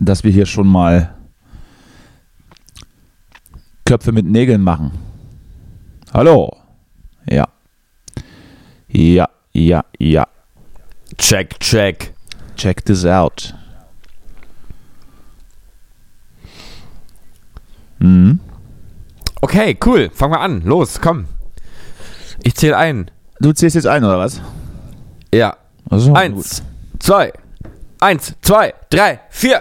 dass wir hier schon mal Köpfe mit Nägeln machen. Hallo. Ja. Ja, ja, ja. Check. Check this out. Mhm. Okay, cool. Fangen wir an. Los, komm. Ich zähle ein. Du zählst jetzt ein, oder was? Ja. Also, 1, 2, 1, 2, 3, 4.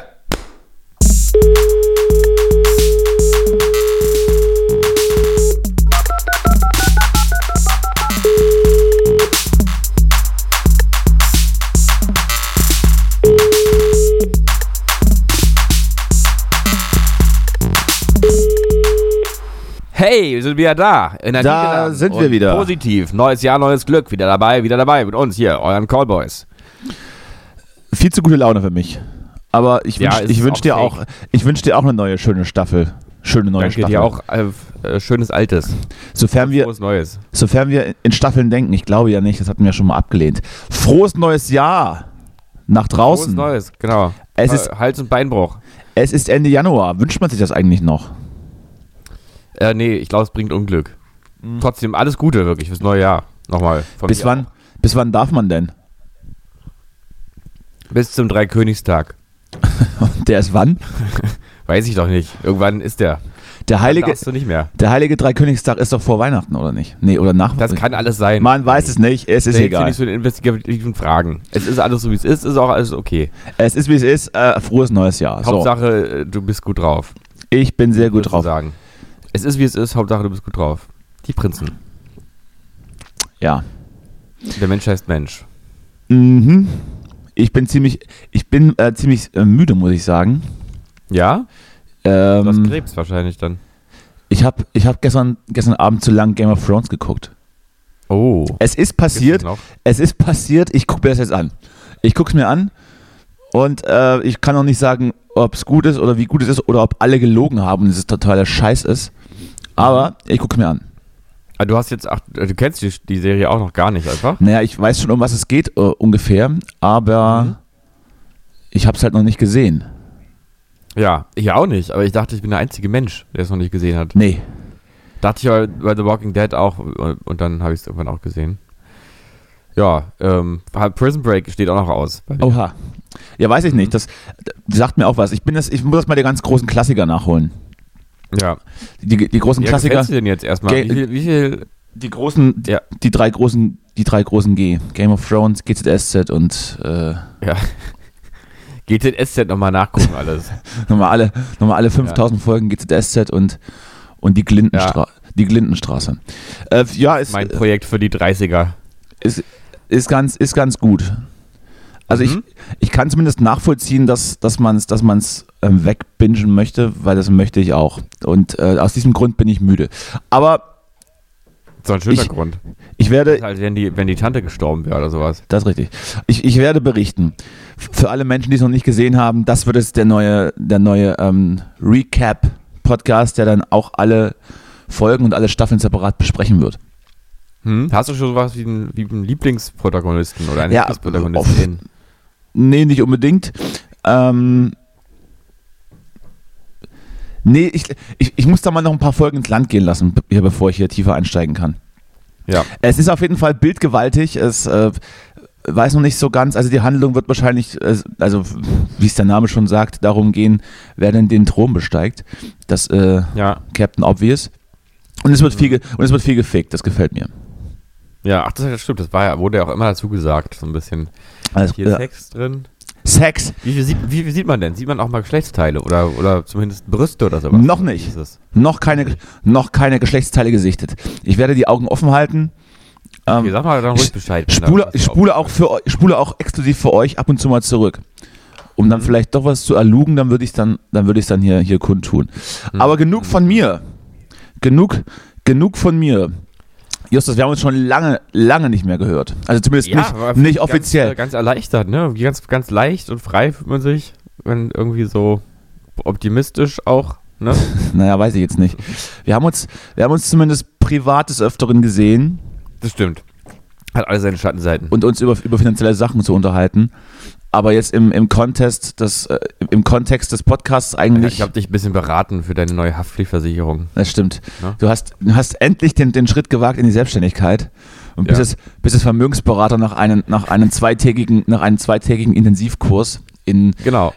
Hey, wir sind wieder da. Da sind wir wieder. Positiv. Neues Jahr, neues Glück. Wieder dabei mit uns hier, euren Callboys. Viel zu gute Laune für mich. Aber ich wünsch dir auch eine neue, schöne Staffel. Schöne neue Danke Staffel. dir auch schönes Altes. Sofern frohes Neues. Sofern wir in Staffeln denken. Ich glaube ja nicht, das hatten wir schon mal abgelehnt. Frohes neues Jahr nach draußen. Frohes Neues, genau. Es ist Hals- und Beinbruch. Es ist Ende Januar. Wünscht man sich das eigentlich noch? Nee, ich glaube, es bringt Unglück. Trotzdem alles Gute wirklich fürs neue Jahr. Nochmal. Bis wann darf man denn? Bis zum Dreikönigstag. Der ist wann? Weiß ich doch nicht. Irgendwann ist der. Darfst du nicht mehr. Der heilige Dreikönigstag ist doch vor Weihnachten, oder nicht? Nee, oder nach Das kann alles sein. Man weiß es nicht, es ist egal. Nicht so den investigativen Fragen. Es ist alles so, wie es ist auch alles okay. Es ist, wie es ist. Frohes neues Jahr. Hauptsache, du bist gut drauf. Ich bin sehr gut drauf. Sagen. Es ist, wie es ist. Hauptsache, du bist gut drauf. Die Prinzen. Ja. Der Mensch heißt Mensch. Mhm. Ich bin ziemlich müde, muss ich sagen. Ja? Du hast Krebs wahrscheinlich dann. Ich hab gestern Abend zu lang Game of Thrones geguckt. Oh. Es ist passiert. Ich gucke mir das jetzt an. Ich gucke es mir an und ich kann auch nicht sagen, ob es gut ist oder wie gut es ist oder ob alle gelogen haben und es totaler Scheiß ist. Aber ich gucke es mir an. Du kennst die Serie auch noch gar nicht einfach? Naja, ich weiß schon, um was es geht ungefähr, aber ich habe es halt noch nicht gesehen. Ja, ich auch nicht, aber ich dachte, ich bin der einzige Mensch, der es noch nicht gesehen hat. Nee. Dachte ich bei The Walking Dead auch und dann habe ich es irgendwann auch gesehen. Ja, Prison Break steht auch noch aus. Oha. Ja, weiß ich nicht. Das sagt mir auch was. Ich muss das mal die ganz großen Klassiker nachholen. Ja. Die großen Klassiker. Was denn jetzt erstmal? Wie viel? Die drei großen G. Game of Thrones, GZSZ und ja. GZSZ nochmal nachgucken alles. nochmal alle 5000 Folgen GZSZ und die Glindenstraße. Ist mein Projekt für die 30er. Ist ganz gut. Also ich kann zumindest nachvollziehen, dass man es wegbingen möchte, weil das möchte ich auch. Und aus diesem Grund bin ich müde. Aber so ein schöner Grund. Ich werde, das ist halt, wenn die Tante gestorben wäre oder sowas. Das ist richtig. Ich werde berichten. Für alle Menschen, die es noch nicht gesehen haben, das wird jetzt der neue Recap-Podcast, der dann auch alle Folgen und alle Staffeln separat besprechen wird. Hast du schon sowas wie einen Lieblingsprotagonisten oder eine Lieblingsprotagonistin? Nee, nicht unbedingt. Nee, ich muss da mal noch ein paar Folgen ins Land gehen lassen, bevor ich hier tiefer einsteigen kann. Ja. Es ist auf jeden Fall bildgewaltig. Es weiß noch nicht so ganz. Also die Handlung wird wahrscheinlich, also wie es der Name schon sagt, darum gehen, wer denn den Thron besteigt. Das Captain Obvious. Und es wird viel gefickt. Das gefällt mir. Ja, das stimmt. Das wurde ja auch immer dazu gesagt, so ein bisschen. Also, hier Sex drin. Sex. Wie sieht man denn? Sieht man auch mal Geschlechtsteile oder zumindest Brüste oder sowas? Noch nicht. Noch keine Geschlechtsteile gesichtet. Ich werde die Augen offen halten. Okay, sag mal dann ruhig Bescheid. Ich spule auch exklusiv für euch ab und zu mal zurück. Um dann vielleicht doch was zu erlugen, dann würde ich es dann hier kundtun. Aber genug von mir. Genug von mir. Justus, wir haben uns schon lange nicht mehr gehört. Also zumindest nicht offiziell. Ganz erleichtert, ne? Ganz leicht und frei fühlt man sich, wenn irgendwie so optimistisch auch, ne? Naja, weiß ich jetzt nicht. Wir haben uns zumindest privat des Öfteren gesehen. Das stimmt. Hat alle seine Schattenseiten. Und uns über finanzielle Sachen zu unterhalten. aber jetzt im Kontext im Kontext des Podcasts eigentlich. Ich habe dich ein bisschen beraten für deine neue Haftpflichtversicherung. Das stimmt. Ja? Du hast endlich den Schritt gewagt in die Selbstständigkeit und bist jetzt Vermögensberater nach einem zweitägigen Intensivkurs in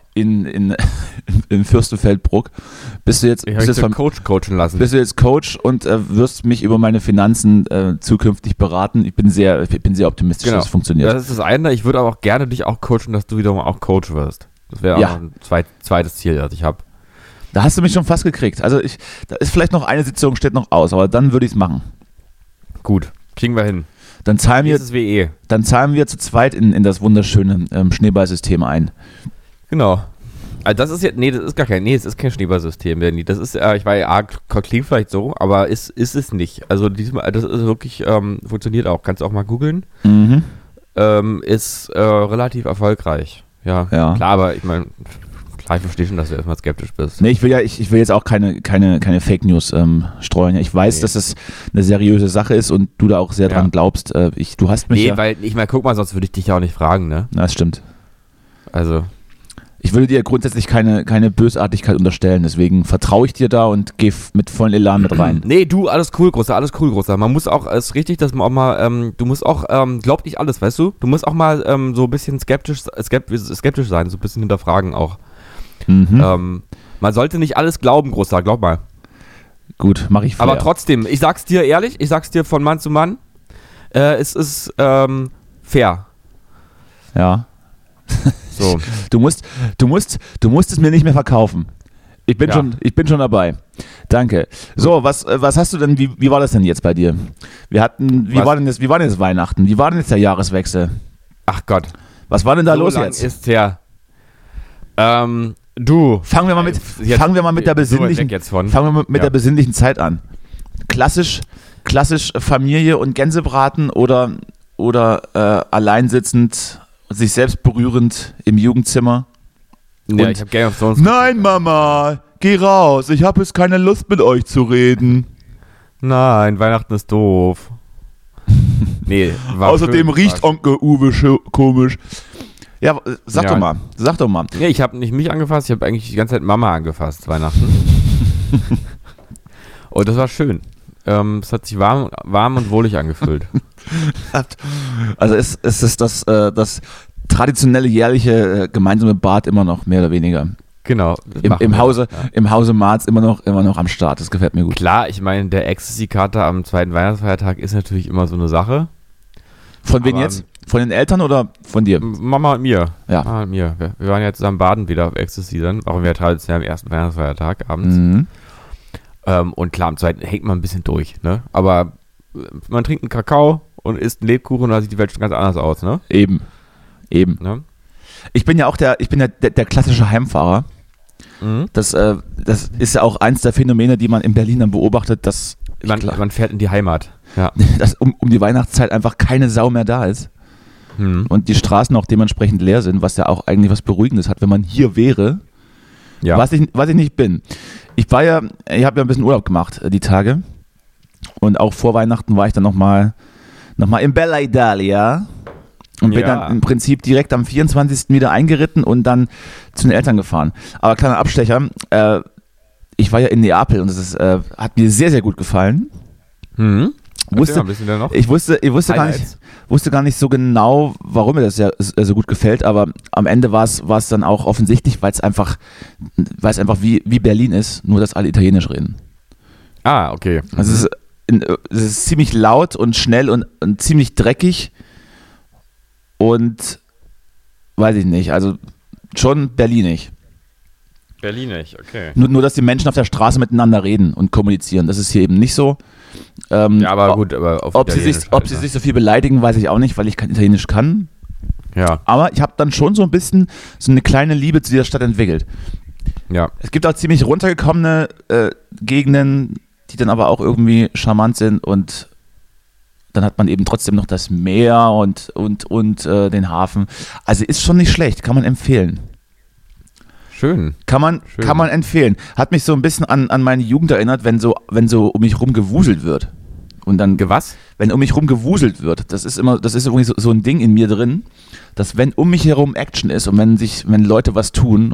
Fürstenfeldbruck. Bist du jetzt coachen lassen. Bist du jetzt Coach und wirst mich über meine Finanzen zukünftig beraten. Ich bin sehr optimistisch, dass es funktioniert. Das ist das eine. Ich würde aber auch gerne dich auch coachen, dass du wiederum auch Coach wirst. Das wäre auch ein zweites Ziel, das ich habe. Da hast du mich schon fast gekriegt. Also da ist vielleicht noch eine Sitzung, steht noch aus, aber dann würde ich es machen. Gut, kriegen wir hin. Dann zahlen wir zu zweit in das wunderschöne Schneeballsystem ein. Genau. Also das ist es ist kein Schneeballsystem, Danny. Das ist, klingt vielleicht so, aber ist es nicht. Also diesmal, das ist wirklich, funktioniert auch. Kannst du auch mal googeln. Mhm. Ist relativ erfolgreich. Ja, klar, aber ich meine, ich verstehe schon, dass du erstmal skeptisch bist. Nee, ich will jetzt auch keine Fake News streuen. Ich weiß, dass es eine seriöse Sache ist und du da auch sehr dran glaubst. Du hast mich weil ich meine, guck mal, sonst würde ich dich ja auch nicht fragen, ne? Na, das stimmt. Also. Ich würde dir grundsätzlich keine Bösartigkeit unterstellen, deswegen vertraue ich dir da und gehe mit vollen Elan mit rein. Nee, du, alles cool, Großer. Man muss auch, es ist richtig, dass man auch mal, du musst auch, glaub nicht alles, weißt du? Du musst auch mal so ein bisschen skeptisch sein, so ein bisschen hinterfragen auch. Mhm. Man sollte nicht alles glauben, Großer, glaub mal. Gut, mache ich fair. Aber trotzdem, ich sag's dir ehrlich, ich sag's dir von Mann zu Mann, es ist fair. Ja. So. Du musst es mir nicht mehr verkaufen. Ich bin schon dabei. Danke. So, was hast du denn, wie war das denn jetzt bei dir? Wie war denn jetzt Weihnachten? Wie war denn jetzt der Jahreswechsel? Ach Gott. Was war denn da so los lang jetzt? Ist her. Fangen wir mal mit der besinnlichen Zeit an. Klassisch Familie und Gänsebraten oder alleinsitzend, sich selbst berührend im Jugendzimmer. Ja, ich habe Game of Thrones. Nein, Mama, geh raus. Ich habe jetzt keine Lust mit euch zu reden. Nein, Weihnachten ist doof. Nee, außerdem riecht Onkel Uwe komisch. Ja, sag doch mal. Nee, ich habe nicht mich angefasst, ich habe eigentlich die ganze Zeit Mama angefasst, Weihnachten. Und das war schön. Es hat sich warm und wohlig angefühlt. Also es ist das traditionelle jährliche gemeinsame Bad immer noch, mehr oder weniger. Genau. Im Hause Marz immer noch am Start. Das gefällt mir gut. Klar, ich meine, der Ecstasy-Kater am zweiten Weihnachtsfeiertag ist natürlich immer so eine Sache. Von wem jetzt? Von den Eltern oder von dir? Mama und mir. Ja. Mama und mir. Wir waren ja zusammen baden wieder auf Ecstasy dann. Auch wir traditionell am ersten Weihnachtsfeiertag abends. Mhm. Und klar, am zweiten hängt man ein bisschen durch, ne? Aber man trinkt einen Kakao und isst einen Lebkuchen und da sieht die Welt schon ganz anders aus, ne? Eben. Ne? Ich bin ja der klassische Heimfahrer. Mhm. Das ist ja auch eins der Phänomene, die man in Berlin dann beobachtet, dass man fährt in die Heimat. Ja. Dass um die Weihnachtszeit einfach keine Sau mehr da ist. Und die Straßen auch dementsprechend leer sind, was ja auch eigentlich was Beruhigendes hat, wenn man hier wäre. Ja. Was ich nicht bin. Ich habe ja ein bisschen Urlaub gemacht, die Tage. Und auch vor Weihnachten war ich dann nochmal in Bella Italia. Und bin dann im Prinzip direkt am 24. wieder eingeritten und dann zu den Eltern gefahren. Aber kleiner Abstecher, ich war ja in Neapel und das hat mir sehr, sehr gut gefallen. Ich wusste gar nicht so genau, warum mir das ja so gut gefällt, aber am Ende war es dann auch offensichtlich, weil es einfach wie Berlin ist, nur dass alle Italienisch reden. Ah, okay. Also es ist ziemlich laut und schnell und ziemlich dreckig und weiß ich nicht, also schon berlinisch. Berlinisch, okay. Nur, dass die Menschen auf der Straße miteinander reden und kommunizieren. Das ist hier eben nicht so. Ja, aber gut, aber auf ob sie sich so viel beleidigen, weiß ich auch nicht, weil ich kein Italienisch kann. Ja. Aber ich habe dann schon so ein bisschen so eine kleine Liebe zu dieser Stadt entwickelt. Ja. Es gibt auch ziemlich runtergekommene Gegenden, die dann aber auch irgendwie charmant sind und dann hat man eben trotzdem noch das Meer und den Hafen. Also ist schon nicht schlecht, kann man empfehlen. Schön. Kann man empfehlen. Hat mich so ein bisschen an meine Jugend erinnert, wenn so um mich rum gewuselt wird. Und dann, Was? wenn um mich herum gewuselt wird, das ist irgendwie so ein Ding in mir drin, dass wenn um mich herum Action ist und wenn Leute was tun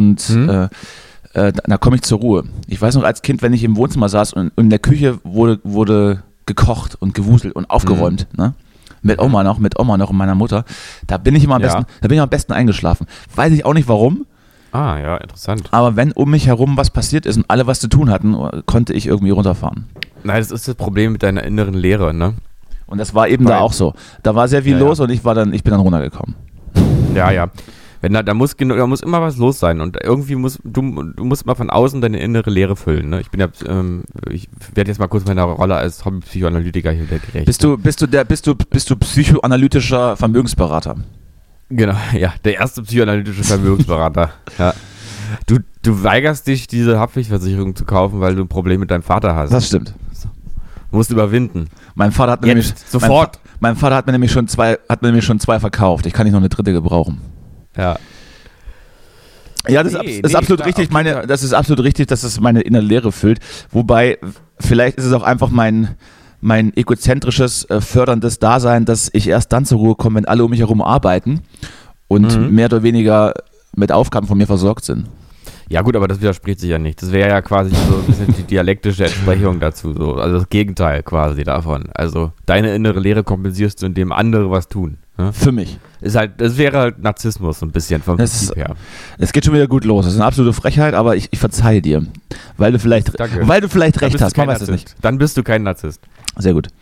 da komme ich zur Ruhe. Ich weiß noch als Kind, wenn ich im Wohnzimmer saß und in der Küche wurde gekocht und gewuselt und aufgeräumt, ne? Mit Oma noch und meiner Mutter, da bin ich immer am besten eingeschlafen. Weiß ich auch nicht warum. Ah, ja, interessant. Aber wenn um mich herum was passiert ist und alle was zu tun hatten, konnte ich irgendwie runterfahren. Nein, das ist das Problem mit deiner inneren Leere, ne? Und das war eben da auch so. Da war sehr viel los und ich bin dann runtergekommen. Ja. Da muss immer was los sein und irgendwie du musst mal von außen deine innere Leere füllen. Ne? Ich werde jetzt mal kurz meiner Rolle als Hobby-Psychoanalytiker hier gerecht. Bist du psychoanalytischer Vermögensberater? Genau, ja, der erste psychoanalytische Vermögensberater. Ja. Du weigerst dich, diese Haftpflichtversicherung zu kaufen, weil du ein Problem mit deinem Vater hast. Das stimmt. Du musst überwinden. Mein Vater hat Mein Vater hat mir nämlich schon zwei verkauft. Ich kann nicht noch eine dritte gebrauchen. Ja. Ja, das ist absolut richtig. Das ist absolut richtig, dass es meine innere Leere füllt. Wobei, vielleicht ist es auch einfach mein egozentrisches, förderndes Dasein, dass ich erst dann zur Ruhe komme, wenn alle um mich herum arbeiten und mehr oder weniger mit Aufgaben von mir versorgt sind. Ja gut, aber das widerspricht sich ja nicht. Das wäre ja quasi so ein bisschen die dialektische Entsprechung dazu. So. Also das Gegenteil quasi davon. Also deine innere Leere kompensierst du, indem andere was tun. Ne? Für mich. Das wäre halt Narzissmus so ein bisschen vom Prinzip her. Es geht schon wieder gut los. Das ist eine absolute Frechheit, aber ich verzeihe dir. Weil du vielleicht recht hast. Man weiß es nicht. Dann bist du kein Narzisst. Sehr gut.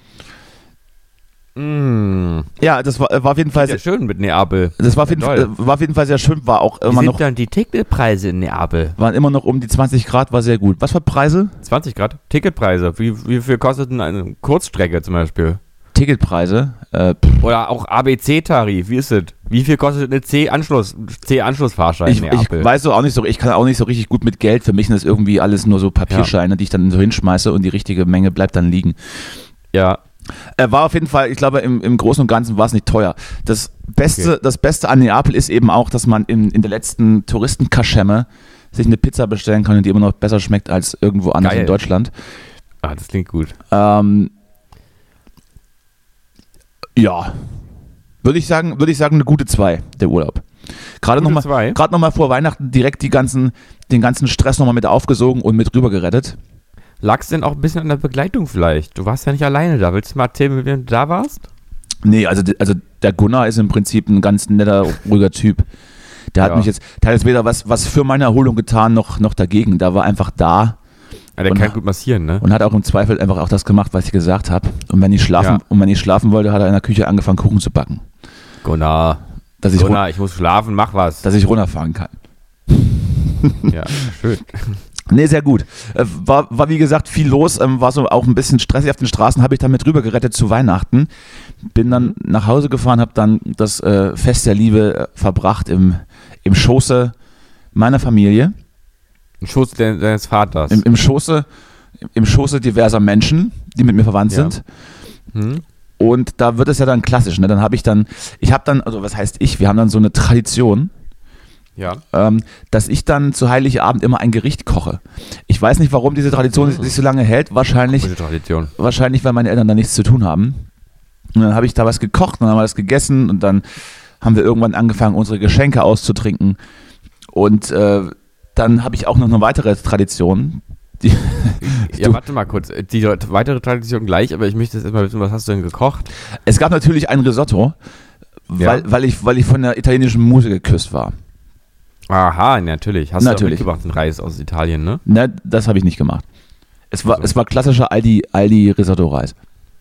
Ja, das war auf jeden Fall sehr schön mit Neapel. Das war auf jeden Fall sehr schön. War auch immer noch. Wie sind dann die Ticketpreise in Neapel? Waren immer noch um die 20 Grad, war sehr gut. Was für Preise? 20 Grad? Ticketpreise. Wie viel kostet denn eine Kurzstrecke zum Beispiel? Ticketpreise? Oder auch ABC-Tarif. Wie ist es? Wie viel kostet eine C-Anschlussfahrschein in Neapel? Ich weiß auch nicht so, ich kann auch nicht so richtig gut mit Geld. Für mich sind das irgendwie alles nur so Papierscheine, die ich dann so hinschmeiße und die richtige Menge bleibt dann liegen. Ja. War auf jeden Fall, ich glaube, im Großen und Ganzen war es nicht teuer. Das Beste an Neapel ist eben auch, dass man in der letzten Touristenkaschemme sich eine Pizza bestellen kann und die immer noch besser schmeckt als irgendwo anders in Deutschland. Ah, das klingt gut. Ja. Würde ich sagen, eine gute 2, der Urlaub. Gerade nochmal vor Weihnachten direkt den ganzen Stress nochmal mit aufgesogen und mit rüber gerettet. Lag es denn auch ein bisschen an der Begleitung vielleicht? Du warst ja nicht alleine da. Willst du mal erzählen, mit wem du da warst? Nee, also der Gunnar ist im Prinzip ein ganz netter, ruhiger Typ. Der hat jetzt weder was für meine Erholung getan, noch dagegen. Der war einfach da. Ja, der kann gut massieren, ne? Und hat auch im Zweifel einfach auch das gemacht, was ich gesagt habe. Und wenn ich schlafen wollte, hat er in der Küche angefangen, Kuchen zu backen. Gunnar, ich muss schlafen, mach was. Dass ich runterfahren kann. Ja, schön. Nee, sehr gut. War wie gesagt viel los, war so auch ein bisschen stressig auf den Straßen, habe ich dann mit rüber gerettet zu Weihnachten. Bin dann nach Hause gefahren, habe dann das Fest der Liebe verbracht im Schoße meiner Familie. Im Schoße deines Vaters. Im Schoße diverser Menschen, die mit mir verwandt sind. Und da wird es ja dann klassisch. Ne? Wir haben dann so eine Tradition, dass ich dann zu Heiligabend immer ein Gericht koche. Ich weiß nicht, warum diese Tradition sich so lange hält. Wahrscheinlich, weil meine Eltern da nichts zu tun haben. Und dann habe ich da was gekocht, dann haben wir das gegessen und dann haben wir irgendwann angefangen, unsere Geschenke auszutrinken. Und dann habe ich auch noch eine weitere Tradition. Warte mal kurz. Die weitere Tradition gleich, aber ich möchte jetzt erstmal wissen, was hast du denn gekocht? Es gab natürlich ein Risotto, weil ich von der italienischen Muse geküsst war. Aha, natürlich. Hast du auch mitgebracht den Reis aus Italien, ne? Ne, das habe ich nicht gemacht. Es war klassischer Aldi Risotto-Reis.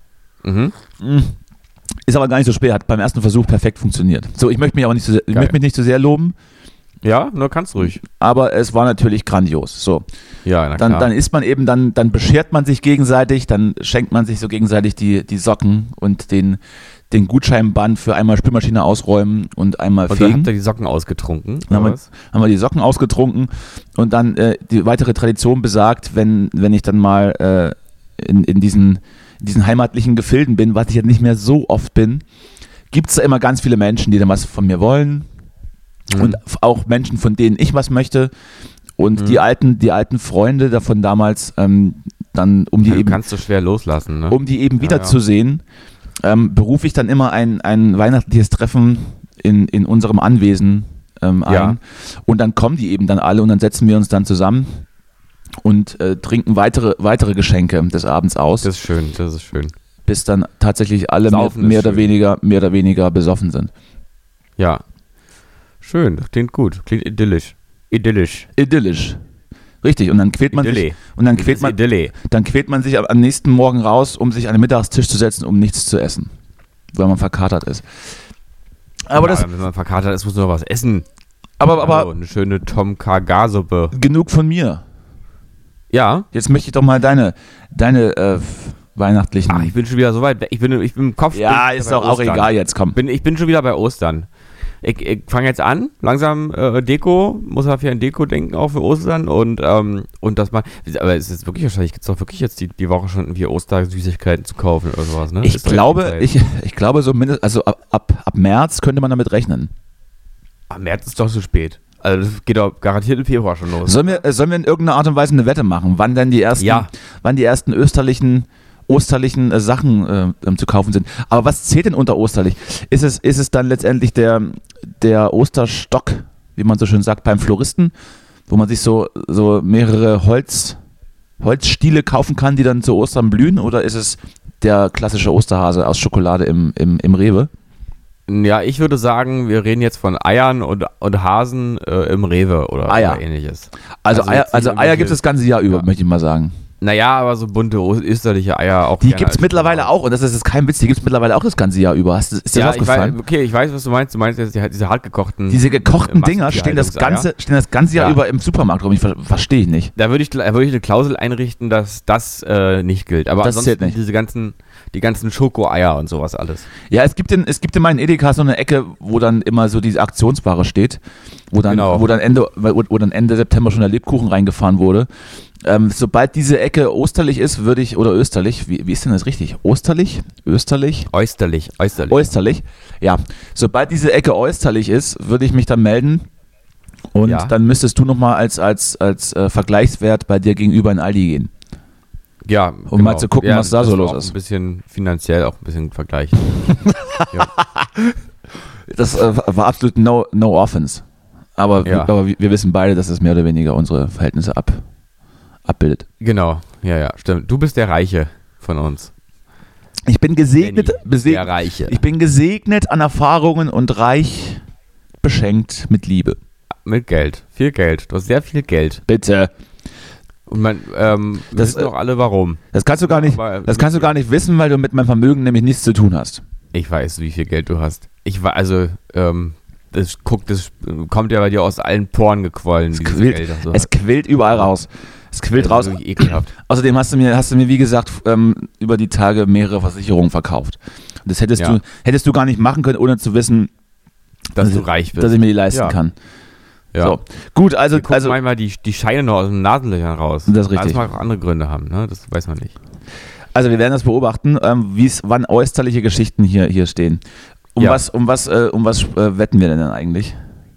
Ist aber gar nicht so schwer, hat beim ersten Versuch perfekt funktioniert. So, ich möchte mich nicht zu sehr loben. Ja, nur kannst ruhig. Aber es war natürlich grandios. So. Ja, na klar. Dann isst man eben, dann beschert man sich gegenseitig, dann schenkt man sich so gegenseitig die Socken und den Gutscheinband für einmal Spülmaschine ausräumen und einmal fegen. Und dann habt ihr die Socken ausgetrunken? Haben wir die Socken ausgetrunken und dann die weitere Tradition besagt, wenn ich dann mal in diesen heimatlichen Gefilden bin, was ich jetzt nicht mehr so oft bin, gibt es da immer ganz viele Menschen, die dann was von mir wollen und auch Menschen, von denen ich was möchte und die alten Freunde davon damals, dann dann, um die Du eben, kannst so schwer loslassen, ne? um die eben wiederzusehen, berufe ich dann immer ein weihnachtliches Treffen in unserem Anwesen ein. Ja. Und dann kommen die eben dann alle und dann setzen wir uns dann zusammen und trinken weitere Geschenke des Abends aus, Das ist schön. bis dann tatsächlich alle Saufen ist mehr oder schön. weniger besoffen sind. Ja. Schön, das klingt gut. Klingt idyllisch. Idyllisch. Richtig, und dann quält man Idylle. sich, und dann quält man, Idylle. dann quält man sich am nächsten Morgen raus, um sich an den Mittagstisch zu setzen, um nichts zu essen, weil man verkatert ist. Aber Ja, wenn man verkatert ist, muss man noch was essen. aber Also, eine schöne Tom K-Garsuppe. genug von mir. Ja. Jetzt möchte ich doch mal deine weihnachtlichen. Ach, ich bin schon wieder so weit weg. Ich bin im Kopf. ja, bin ist bei doch auch Ostern. egal jetzt, komm. Ich bin schon wieder bei Ostern. Ich fange jetzt an, langsam Deko, muss auf ja an Deko denken, auch für Ostern und das mal. Aber es ist wirklich wahrscheinlich, gibt es doch wirklich jetzt die Woche schon irgendwie Ostersüßigkeiten zu kaufen oder sowas, ne? Ich Ist doch glaube, jetzt die Zeit. ich glaube so mindestens, also ab März könnte man damit rechnen. Am März ist doch zu spät. Also das geht doch garantiert im Februar schon los. Sollen wir in irgendeiner Art und Weise eine Wette machen, wann denn die ersten osterlichen Sachen zu kaufen sind. Aber was zählt denn unter osterlich? Ist es dann letztendlich der Osterstock, wie man so schön sagt, beim Floristen, wo man sich so mehrere Holzstiele kaufen kann, die dann zu Ostern blühen? Oder ist es der klassische Osterhase aus Schokolade im Rewe? Ja, ich würde sagen, wir reden jetzt von Eiern und Hasen im Rewe oder ähnliches. Also Also jetzt nicht Eier gibt es das ganze Jahr über, Ja. möchte ich mal sagen. Naja, aber so bunte österliche Eier auch. Die gerne gibt es als mittlerweile Schokolade. auch, und das ist mittlerweile auch das ganze Jahr über. Ist dir das Ja, ich aufgefallen? weiß, was du meinst. Du meinst jetzt diese hartgekochten. Diese gekochten Dinger stehen das ganze Jahr Ja. über im Supermarkt rum. Verstehe ich nicht. Da würde ich eine Klausel einrichten, dass das nicht gilt. Aber Das zählt ansonsten nicht. die ganzen Schokoeier und sowas alles. Ja, es gibt in meinen Edeka so eine Ecke, wo dann immer so diese Aktionsware steht, wo dann Ende September schon der Lebkuchen reingefahren wurde. Sobald diese Ecke osterlich ist, oder österlich, wie ist denn das richtig? Osterlich? Österlich? Äußerlich. Äußerlich. Ja, sobald diese Ecke äußerlich ist, würde ich mich dann melden und Ja. dann müsstest du nochmal als Vergleichswert bei dir gegenüber in Aldi gehen. Ja, Um mal zu gucken, was da das so war los auch ist. Ein bisschen finanziell auch ein bisschen vergleichen. Ja. Das war absolut no offense. Aber wir wissen beide, dass es mehr oder weniger unsere Verhältnisse abbildet. Genau, ja, stimmt. Du bist der Reiche von uns. Ich bin gesegnet, Der Reiche. ich bin gesegnet an Erfahrungen und reich beschenkt mit Liebe. Mit Geld. Viel Geld. Du hast sehr viel Geld. Bitte. Und wir wissen doch alle warum. Das kannst du gar nicht wissen, weil du mit meinem Vermögen nämlich nichts zu tun hast. Ich weiß, wie viel Geld du hast. Das kommt ja bei dir aus allen Poren gequollen. Es quillt überall raus. Es quillt raus. Wirklich ekelhaft. Außerdem hast du mir, wie gesagt, über die Tage mehrere Versicherungen verkauft. Und das hättest du gar nicht machen können, ohne zu wissen, Dass du reich bist. dass ich mir die leisten Ja. kann. Ja. So. Gut, also Wir gucken manchmal die Scheine noch aus den Nasenlöchern raus. Das ist richtig. Das mag auch andere Gründe haben, ne? Das weiß man nicht. Also wir werden das beobachten, wann äußerliche Geschichten hier stehen. Um Ja. was wetten wir denn dann eigentlich?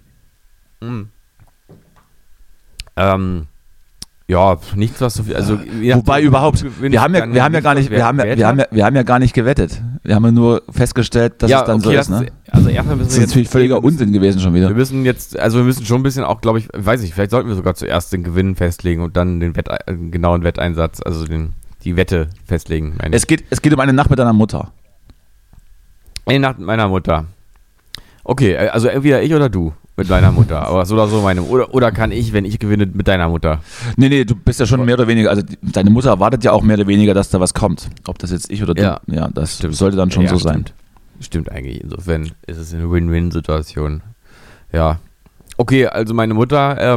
Ja, nichts was so viel. Also, Wobei überhaupt, wir haben ja gar nicht gewettet. Wir haben ja nur festgestellt, dass es dann so ist. Ne? Also erstmal müssen Das ist natürlich völliger Unsinn gewesen schon wieder. Wir müssen schon ein bisschen auch, glaube ich, weiß nicht, vielleicht sollten wir sogar zuerst den Gewinn festlegen und dann den genauen Wetteinsatz, also die Wette festlegen. Es geht um eine Nacht mit deiner Mutter. Eine Nacht mit meiner Mutter. Okay, also entweder ich oder du mit deiner Mutter, aber so oder so meine. Oder kann ich, wenn ich gewinne, mit deiner Mutter? Nee, du bist ja schon mehr oder weniger, also deine Mutter erwartet ja auch mehr oder weniger, dass da was kommt. Ob das jetzt ich oder du, ja das Stimmt. sollte dann schon so sein. Stimmt eigentlich. Insofern ist es eine Win-Win-Situation. Ja. Okay, also meine Mutter,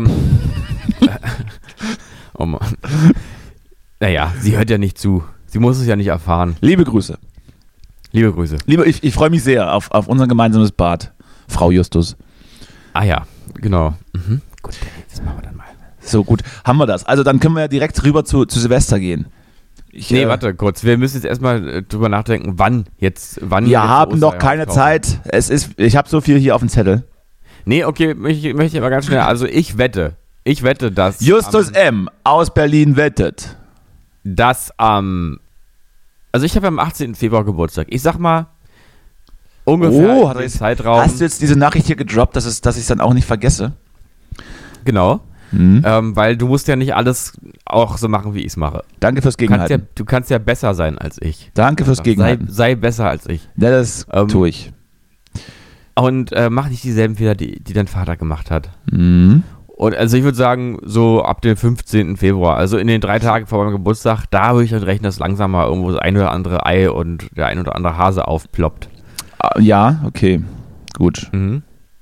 oh Mann. Naja, sie hört ja nicht zu. Sie muss es ja nicht erfahren. Liebe Grüße. Liebe Grüße. Ich freue mich sehr auf unser gemeinsames Bad, Frau Justus. Ah ja, genau. Gut, das machen wir dann mal. So, gut, haben wir das. Also dann können wir ja direkt rüber zu Silvester gehen. Warte kurz. Wir müssen jetzt erstmal drüber nachdenken, wann jetzt. Wir haben noch keine Zeit. Ich habe so viel hier auf dem Zettel. Nee, okay, möchte ich aber ganz schnell. Also ich wette, dass... Justus M. aus Berlin wettet. dass also ich habe am 18. Februar Geburtstag. Ich sag mal, ungefähr hat er jetzt, Zeitraum. Hast du jetzt diese Nachricht hier gedroppt, dass ich es dann auch nicht vergesse? Genau. Weil du musst ja nicht alles auch so machen, wie ich es mache. Danke fürs Gegenhalten. Du kannst ja besser sein als ich. Danke fürs Gegenhalten. Sei besser als ich. Ja, das tue ich. Und mach nicht dieselben Fehler, die dein Vater gemacht hat. Mhm. Und also ich würde sagen, so ab dem 15. Februar, also in den 3 Tagen vor meinem Geburtstag, da würde ich dann rechnen, dass langsam mal irgendwo das ein oder andere Ei und der ein oder andere Hase aufploppt. Ja, okay. Gut. Mhm.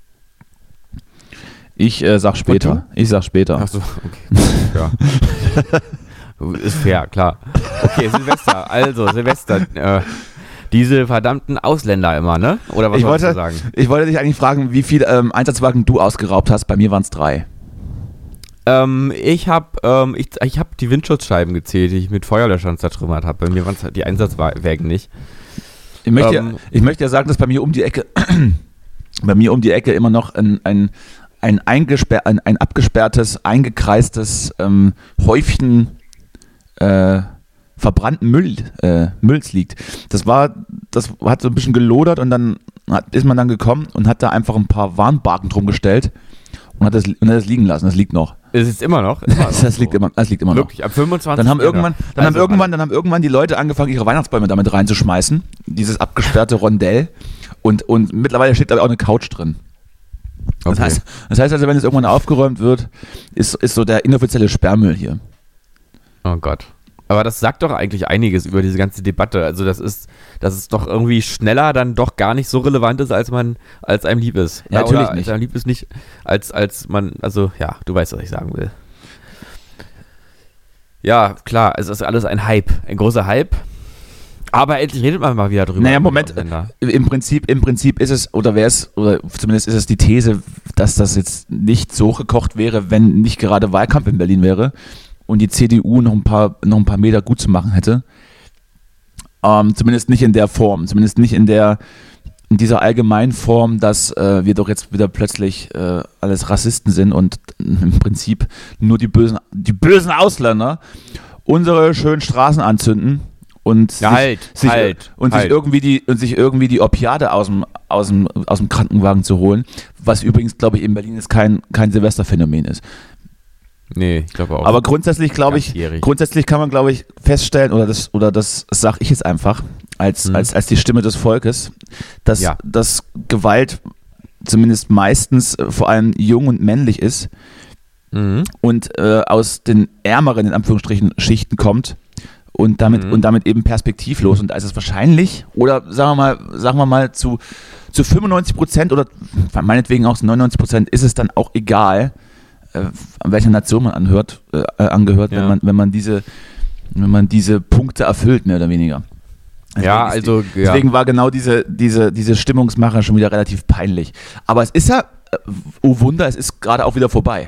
Ich sag später. Achso, okay. Ja. Ist fair, klar. Okay, Silvester. Also, diese verdammten Ausländer immer, ne? Oder was wolltest du sagen? Ich wollte dich eigentlich fragen, wie viele Einsatzwagen du ausgeraubt hast. Bei mir waren es 3. Ich hab die Windschutzscheiben gezählt, die ich mit Feuerlöschern zertrümmert habe. Bei mir waren es die Einsatzwagen nicht. Ich möchte ja sagen, dass bei mir um die Ecke immer noch ein abgesperrtes, eingekreistes Häufchen verbrannten Mülls liegt. Das hat so ein bisschen gelodert und dann ist man dann gekommen und hat da einfach ein paar Warnbarken drum gestellt und hat das liegen lassen. Das liegt noch. Ist es immer noch? Das liegt immer noch. Wirklich, ab 25. Dann haben irgendwann die Leute angefangen, ihre Weihnachtsbäume damit reinzuschmeißen. Dieses abgesperrte Rondell. Und mittlerweile steht, glaube ich, auch eine Couch drin. Das heißt also, wenn es irgendwann aufgeräumt wird, ist so der inoffizielle Sperrmüll hier. Oh Gott. Aber das sagt doch eigentlich einiges über diese ganze Debatte. Also dass es doch irgendwie schneller dann doch gar nicht so relevant ist, als einem lieb ist. Ja, natürlich oder nicht. Als einem lieb ist nicht, als man, also ja, du weißt, was ich sagen will. Ja, klar, es ist alles ein Hype, ein großer Hype. Aber endlich redet man mal wieder drüber. Naja, Moment, im Prinzip ist es, oder zumindest ist es die These, dass das jetzt nicht so gekocht wäre, wenn nicht gerade Wahlkampf in Berlin wäre und die CDU noch ein paar Meter gut zu machen hätte. Zumindest nicht in der Form, zumindest nicht in dieser allgemeinen Form, dass wir doch jetzt wieder plötzlich alles Rassisten sind und im Prinzip nur die bösen Ausländer unsere schönen Straßen anzünden. Und sich irgendwie die Opiate aus dem Krankenwagen zu holen, was übrigens, glaube ich, in Berlin jetzt kein Silvesterphänomen ist. Nee, ich glaube auch. Aber grundsätzlich kann man, glaube ich, feststellen, oder das sage ich jetzt einfach, als die Stimme des Volkes, dass Gewalt zumindest meistens vor allem jung und männlich ist und aus den ärmeren, in Anführungsstrichen, Schichten kommt. Und damit eben perspektivlos. Und da ist es wahrscheinlich, oder sagen wir mal zu 95% oder meinetwegen auch zu 99% ist es dann auch egal, an welcher Nation man angehört, wenn man diese Punkte erfüllt, mehr oder weniger. Deswegen war genau diese Stimmungsmache schon wieder relativ peinlich. Aber es ist ja, oh Wunder, es ist gerade auch wieder vorbei.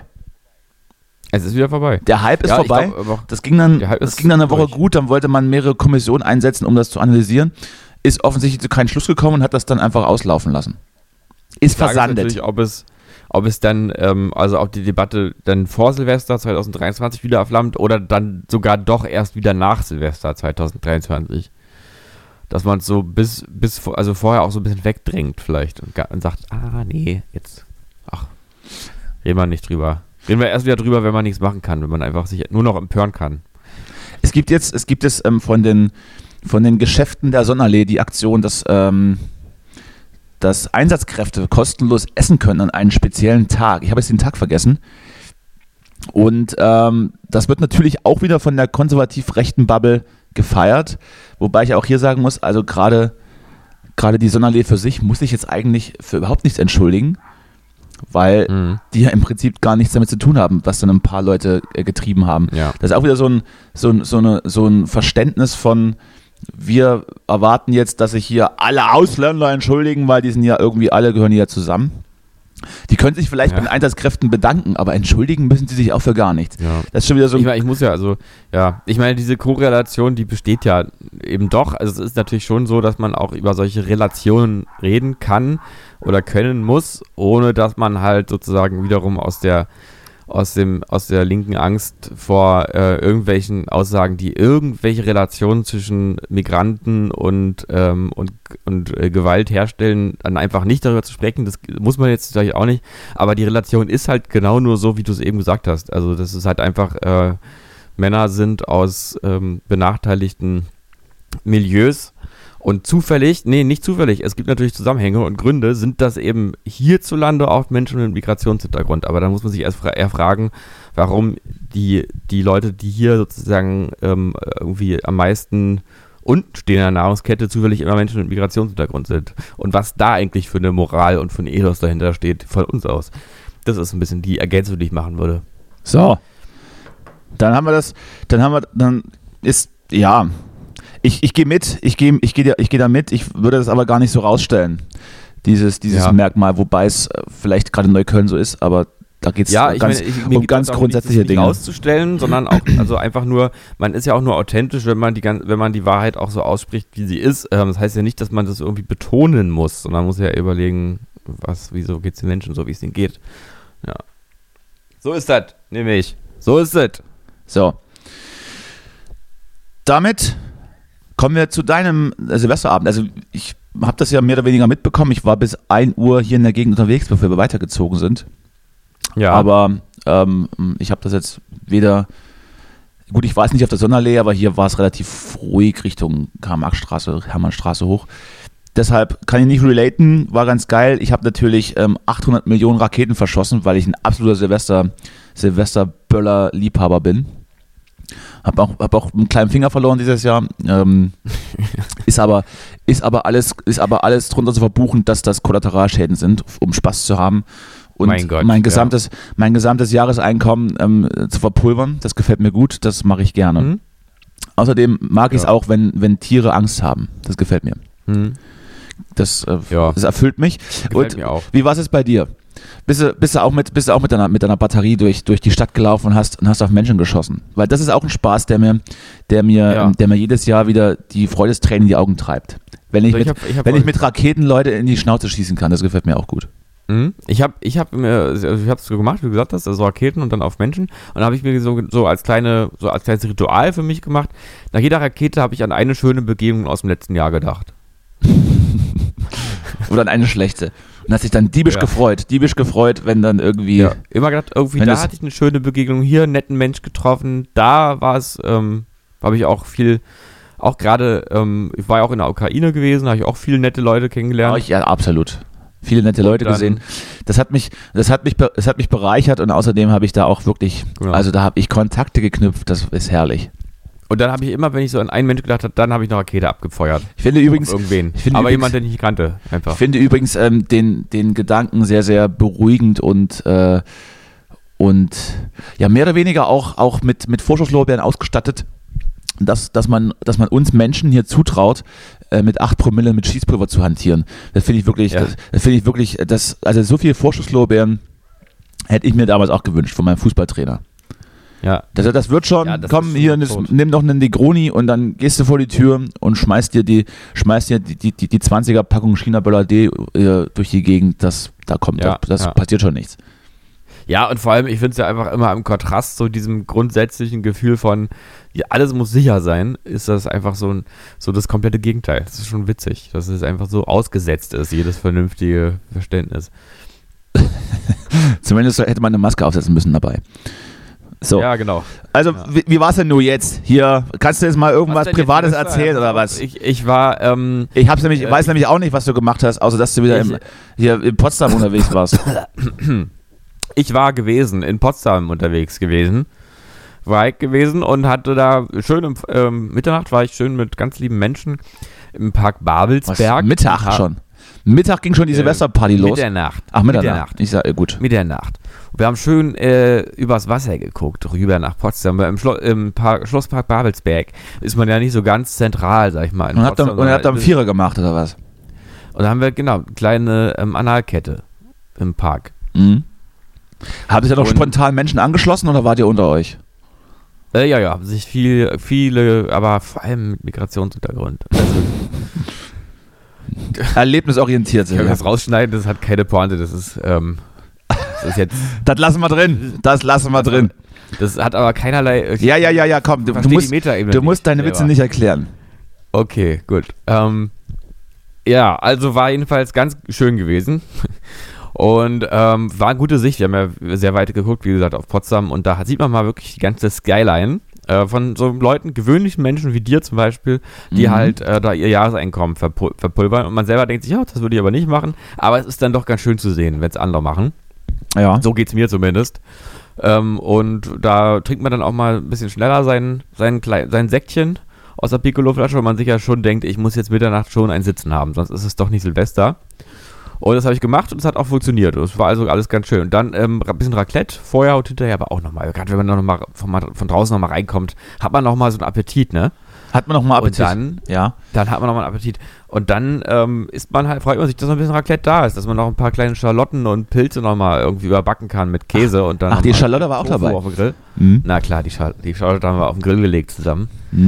Es ist wieder vorbei. Der Hype ist vorbei. Das ging dann eine Woche gut, dann wollte man mehrere Kommissionen einsetzen, um das zu analysieren. Ist offensichtlich zu keinem Schluss gekommen und hat das dann einfach auslaufen lassen. Ist versandet. Ist natürlich, ob es dann, also ob die Debatte dann vor Silvester 2023 wieder erflammt oder dann sogar doch erst wieder nach Silvester 2023. Dass man es so also vorher auch so ein bisschen wegdrängt vielleicht und sagt, nee, jetzt, reden wir nicht drüber. Reden wir erst wieder drüber, wenn man nichts machen kann, wenn man einfach sich nur noch empören kann. Es gibt von den Geschäften der Sonnenallee die Aktion, dass Einsatzkräfte kostenlos essen können an einem speziellen Tag. Ich habe jetzt den Tag vergessen. Und das wird natürlich auch wieder von der konservativ-rechten Bubble gefeiert. Wobei ich auch hier sagen muss, also gerade die Sonnenallee für sich muss sich jetzt eigentlich für überhaupt nichts entschuldigen. Weil die ja im Prinzip gar nichts damit zu tun haben, was dann ein paar Leute getrieben haben. Ja. Das ist auch wieder so ein Verständnis von, wir erwarten jetzt, dass sich hier alle Ausländer entschuldigen, weil die sind ja irgendwie gehören ja zusammen. Die können sich vielleicht mit den Einsatzkräften bedanken, aber entschuldigen müssen sie sich auch für gar nichts. Ja. Das ist schon wieder so. Ich meine, diese Korrelation, die besteht ja eben doch. Also es ist natürlich schon so, dass man auch über solche Relationen reden kann oder können muss, ohne dass man halt sozusagen wiederum aus der aus der linken Angst vor irgendwelchen Aussagen, die irgendwelche Relationen zwischen Migranten und Gewalt herstellen, dann einfach nicht darüber zu sprechen. Das muss man jetzt vielleicht auch nicht, aber die Relation ist halt genau nur so, wie du es eben gesagt hast. Also das ist halt einfach, Männer sind aus benachteiligten Milieus. Und nicht zufällig, es gibt natürlich Zusammenhänge und Gründe, sind das eben hierzulande auch Menschen mit Migrationshintergrund. Aber da muss man sich eher fragen, warum die Leute, die hier sozusagen irgendwie am meisten unten stehen in der Nahrungskette, zufällig immer Menschen mit Migrationshintergrund sind. Und was da eigentlich für eine Moral und für ein Ethos dahinter steht, von uns aus. Das ist ein bisschen die Ergänzung, die ich machen würde. So. Dann ist, ja... Ich gehe mit, ich gehe da mit, ich würde das aber gar nicht so rausstellen, dieses Merkmal, wobei es vielleicht gerade in Neukölln so ist, aber da geht es um ganz grundsätzliche Dinge. Nicht rauszustellen, sondern auch, also einfach nur, man ist ja auch nur authentisch, wenn man die Wahrheit auch so ausspricht, wie sie ist. Das heißt ja nicht, dass man das irgendwie betonen muss, sondern man muss ja überlegen, wieso geht es den Menschen so, wie es ihnen geht. Ja. So ist das, nämlich. So ist es. So. Damit kommen wir zu deinem Silvesterabend. Also ich habe das ja mehr oder weniger mitbekommen. Ich war bis 1 Uhr hier in der Gegend unterwegs, bevor wir weitergezogen sind. Ja. Aber ich habe das jetzt weder... Gut, ich war jetzt nicht auf der Sonderlee, aber hier war es relativ ruhig Richtung Karl-Marx-Straße, Hermannstraße hoch. Deshalb kann ich nicht relaten, war ganz geil. Ich habe natürlich 800 Millionen Raketen verschossen, weil ich ein absoluter Silvester-Böller-Liebhaber bin. Hab auch einen kleinen Finger verloren dieses Jahr. Ist aber alles drunter zu verbuchen, dass das Kollateralschäden sind, um Spaß zu haben. Und mein Gott, mein gesamtes Jahreseinkommen zu verpulvern, das gefällt mir gut, das mache ich gerne. Mhm. Außerdem mag ich es auch, wenn Tiere Angst haben. Das gefällt mir. Mhm. Das erfüllt mich. Gefällt mir auch. Wie war es jetzt bei dir? Bist du auch mit deiner Batterie durch die Stadt gelaufen und hast auf Menschen geschossen? Weil das ist auch ein Spaß, der mir jedes Jahr wieder die Freudestränen in die Augen treibt. Wenn ich mit Raketen Leute in die Schnauze schießen kann, das gefällt mir auch gut. Ich habe es so gemacht, wie du gesagt hast, also Raketen und dann auf Menschen. Und dann habe ich mir so als kleines Ritual für mich gemacht. Nach jeder Rakete habe ich an eine schöne Begegnung aus dem letzten Jahr gedacht. Oder an eine schlechte. Und hast dich dann diebisch gefreut, wenn dann irgendwie... Ja, immer gedacht, irgendwie da hatte ich eine schöne Begegnung, hier einen netten Mensch getroffen, da war es, habe ich auch viel, auch gerade, ich war ja auch in der Ukraine gewesen, habe ich auch viele nette Leute kennengelernt. Ja, absolut. Viele nette Leute gesehen. Das hat mich bereichert und außerdem habe ich da auch wirklich, also da habe ich Kontakte geknüpft, das ist herrlich. Und dann habe ich immer, wenn ich so an einen Menschen gedacht habe, dann habe ich eine Rakete abgefeuert. Ich finde übrigens, jemand, den ich nicht kannte, einfach. Ich finde übrigens den Gedanken sehr, sehr beruhigend und ja, mehr oder weniger auch mit Vorschusslorbeeren ausgestattet, dass man uns Menschen hier zutraut, mit 8 Promille mit Schießpulver zu hantieren. Das finde ich wirklich, also so viele Vorschusslorbeeren hätte ich mir damals auch gewünscht von meinem Fußballtrainer. Ja. Das wird schon, ja, das komm hier, nimm doch einen Negroni und dann gehst du vor die Tür und schmeißt dir die 20er Packung China-Böller D durch die Gegend, das passiert schon nichts. Ja, und vor allem, ich finde es ja einfach immer im Kontrast zu diesem grundsätzlichen Gefühl von, ja, alles muss sicher sein, ist das einfach so das komplette Gegenteil. Das ist schon witzig, dass es einfach so ausgesetzt ist, jedes vernünftige Verständnis. Zumindest hätte man eine Maske aufsetzen müssen dabei. So. Ja, genau. Also, ja. Wie war es denn nur jetzt? Hier, kannst du jetzt mal irgendwas Privates erzählen oder was? Ich war, weiß nämlich auch nicht, was du gemacht hast, außer dass du wieder in Potsdam unterwegs warst. Ich war in Potsdam unterwegs gewesen, und hatte da schön Mitternacht war ich schön mit ganz lieben Menschen im Park Babelsberg. Was, Mittag schon? Mittag ging schon die Silvesterparty los? Mitternacht. Ach, Mitternacht. Ich sage, gut. Mitternacht. Wir haben schön übers Wasser geguckt, rüber nach Potsdam. Im Schlosspark Babelsberg ist man ja nicht so ganz zentral, sag ich mal. Und habt ihr einen Vierer gemacht, oder was? Und da haben wir, genau, eine kleine Analkette im Park. Mhm. Habt ihr da noch spontan Menschen angeschlossen oder wart ihr unter euch? Ja, haben sich viele, aber vor allem mit Migrationshintergrund. Also, erlebnisorientiert sind. Ich kann das rausschneiden, das hat keine Pointe, das ist ist jetzt. Das lassen wir drin. Das hat aber keinerlei. Ja, komm. Du musst deine Witze nicht erklären. Okay, gut. Ja, also war jedenfalls ganz schön gewesen. Und war eine gute Sicht. Wir haben ja sehr weit geguckt, wie gesagt, auf Potsdam. Und da sieht man mal wirklich die ganze Skyline von so Leuten, gewöhnlichen Menschen wie dir zum Beispiel, die halt da ihr Jahreseinkommen verpulvern. Und man selber denkt sich, ja, das würde ich aber nicht machen. Aber es ist dann doch ganz schön zu sehen, wenn es andere machen. Ja. So geht's mir zumindest. Und da trinkt man dann auch mal ein bisschen schneller sein Säckchen aus der Piccolo-Flasche, weil man sich ja schon denkt, ich muss jetzt Mitternacht schon ein Sitzen haben, sonst ist es doch nicht Silvester. Und das habe ich gemacht und es hat auch funktioniert. Das war also alles ganz schön. Und dann ein bisschen Raclette, vorher und hinterher aber auch nochmal. Gerade wenn man noch mal von draußen nochmal reinkommt, hat man nochmal so einen Appetit, ne? Hat man nochmal Appetit. Und dann hat man nochmal einen Appetit. Und dann freut man sich, dass noch ein bisschen Raclette da ist, dass man noch ein paar kleine Schalotten und Pilze nochmal irgendwie überbacken kann mit Käse. Und dann die Schalotte war auch dabei. Auf dem Grill. Na klar, die Schalotte haben wir auf den Grill gelegt zusammen.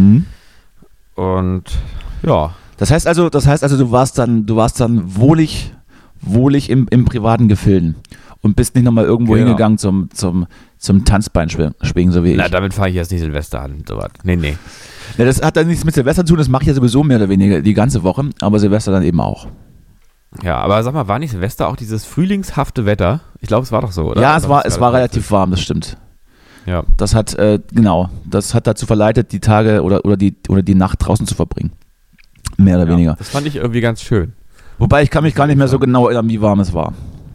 Und ja. Das heißt also, du warst dann wohlig im privaten Gefilden und bist nicht nochmal irgendwo hingegangen zum Tanzbeinschwingen, so wie ich. Na, damit fahre ich jetzt nicht Silvester an. Sowas. Nee. Ja, das hat dann nichts mit Silvester zu tun, das mache ich ja sowieso mehr oder weniger die ganze Woche, aber Silvester dann eben auch. Ja, aber sag mal, war nicht Silvester auch dieses frühlingshafte Wetter? Ich glaube, es war doch so, oder? Ja, es war relativ warm, das stimmt. Ja. Das hat, das hat dazu verleitet, die Tage oder die Nacht draußen zu verbringen. Mehr oder weniger. Das fand ich irgendwie ganz schön. Wobei, ich kann mich gar nicht mehr so genau erinnern, wie warm es war.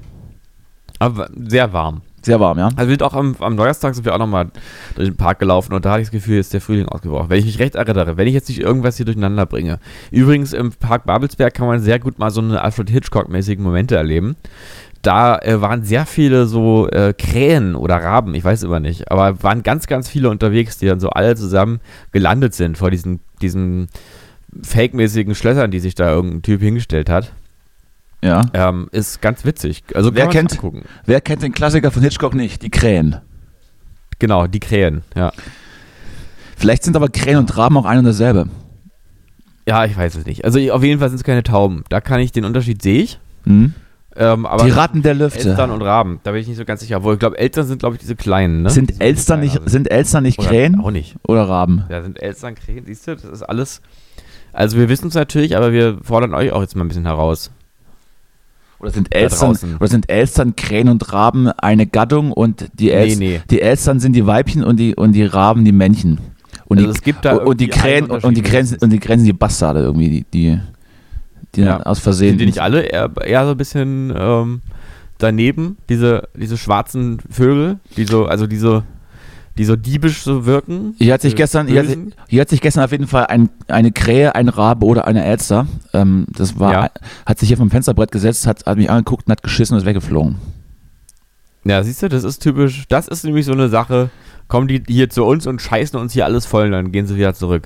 Aber sehr warm. Sehr warm, ja. Also wir sind auch am Neujahrstag sind wir auch nochmal durch den Park gelaufen und da hatte ich das Gefühl, ist der Frühling ausgebrochen. Wenn ich mich recht erinnere, wenn ich jetzt nicht irgendwas hier durcheinander bringe. Übrigens im Park Babelsberg kann man sehr gut mal so eine Alfred Hitchcock-mäßigen Momente erleben. Da waren sehr viele so Krähen oder Raben, ich weiß immer nicht, aber waren ganz, ganz viele unterwegs, die dann so alle zusammen gelandet sind vor diesen fake-mäßigen Schlössern, die sich da irgendein Typ hingestellt hat. Ja. Ist ganz witzig. Also wer kennt den Klassiker von Hitchcock nicht? Die Krähen. Genau, die Krähen, ja. Vielleicht sind aber Krähen und Raben auch ein und dasselbe. Ja, ich weiß es nicht. Also auf jeden Fall sind es keine Tauben. Da kann ich den Unterschied, sehe ich. Aber die Ratten der Lüfte. Elstern und Raben, da bin ich nicht so ganz sicher. Obwohl, ich glaube, Elstern sind, glaube ich, diese kleinen, ne? Sind Elstern nicht Krähen? Auch nicht. Oder Raben? Ja, sind Elstern Krähen, siehst du? Das ist alles. Also wir wissen es natürlich, aber wir fordern euch auch jetzt mal ein bisschen heraus. Oder sind Elstern, Krähen und Raben eine Gattung und die Elstern sind die Weibchen und die Raben die Männchen. Und also es gibt da die Krähen sind die Bastarde irgendwie, die aus Versehen. Sind die nicht alle eher so ein bisschen daneben, diese schwarzen Vögel, die so diebisch so wirken? Hier hat sich gestern auf jeden Fall eine Krähe, ein Rabe oder eine Elster, hat sich hier vom Fensterbrett gesetzt, hat mich angeguckt und hat geschissen und ist weggeflogen. Ja, siehst du, das ist typisch, das ist nämlich so eine Sache, kommen die hier zu uns und scheißen uns hier alles voll und dann gehen sie wieder zurück.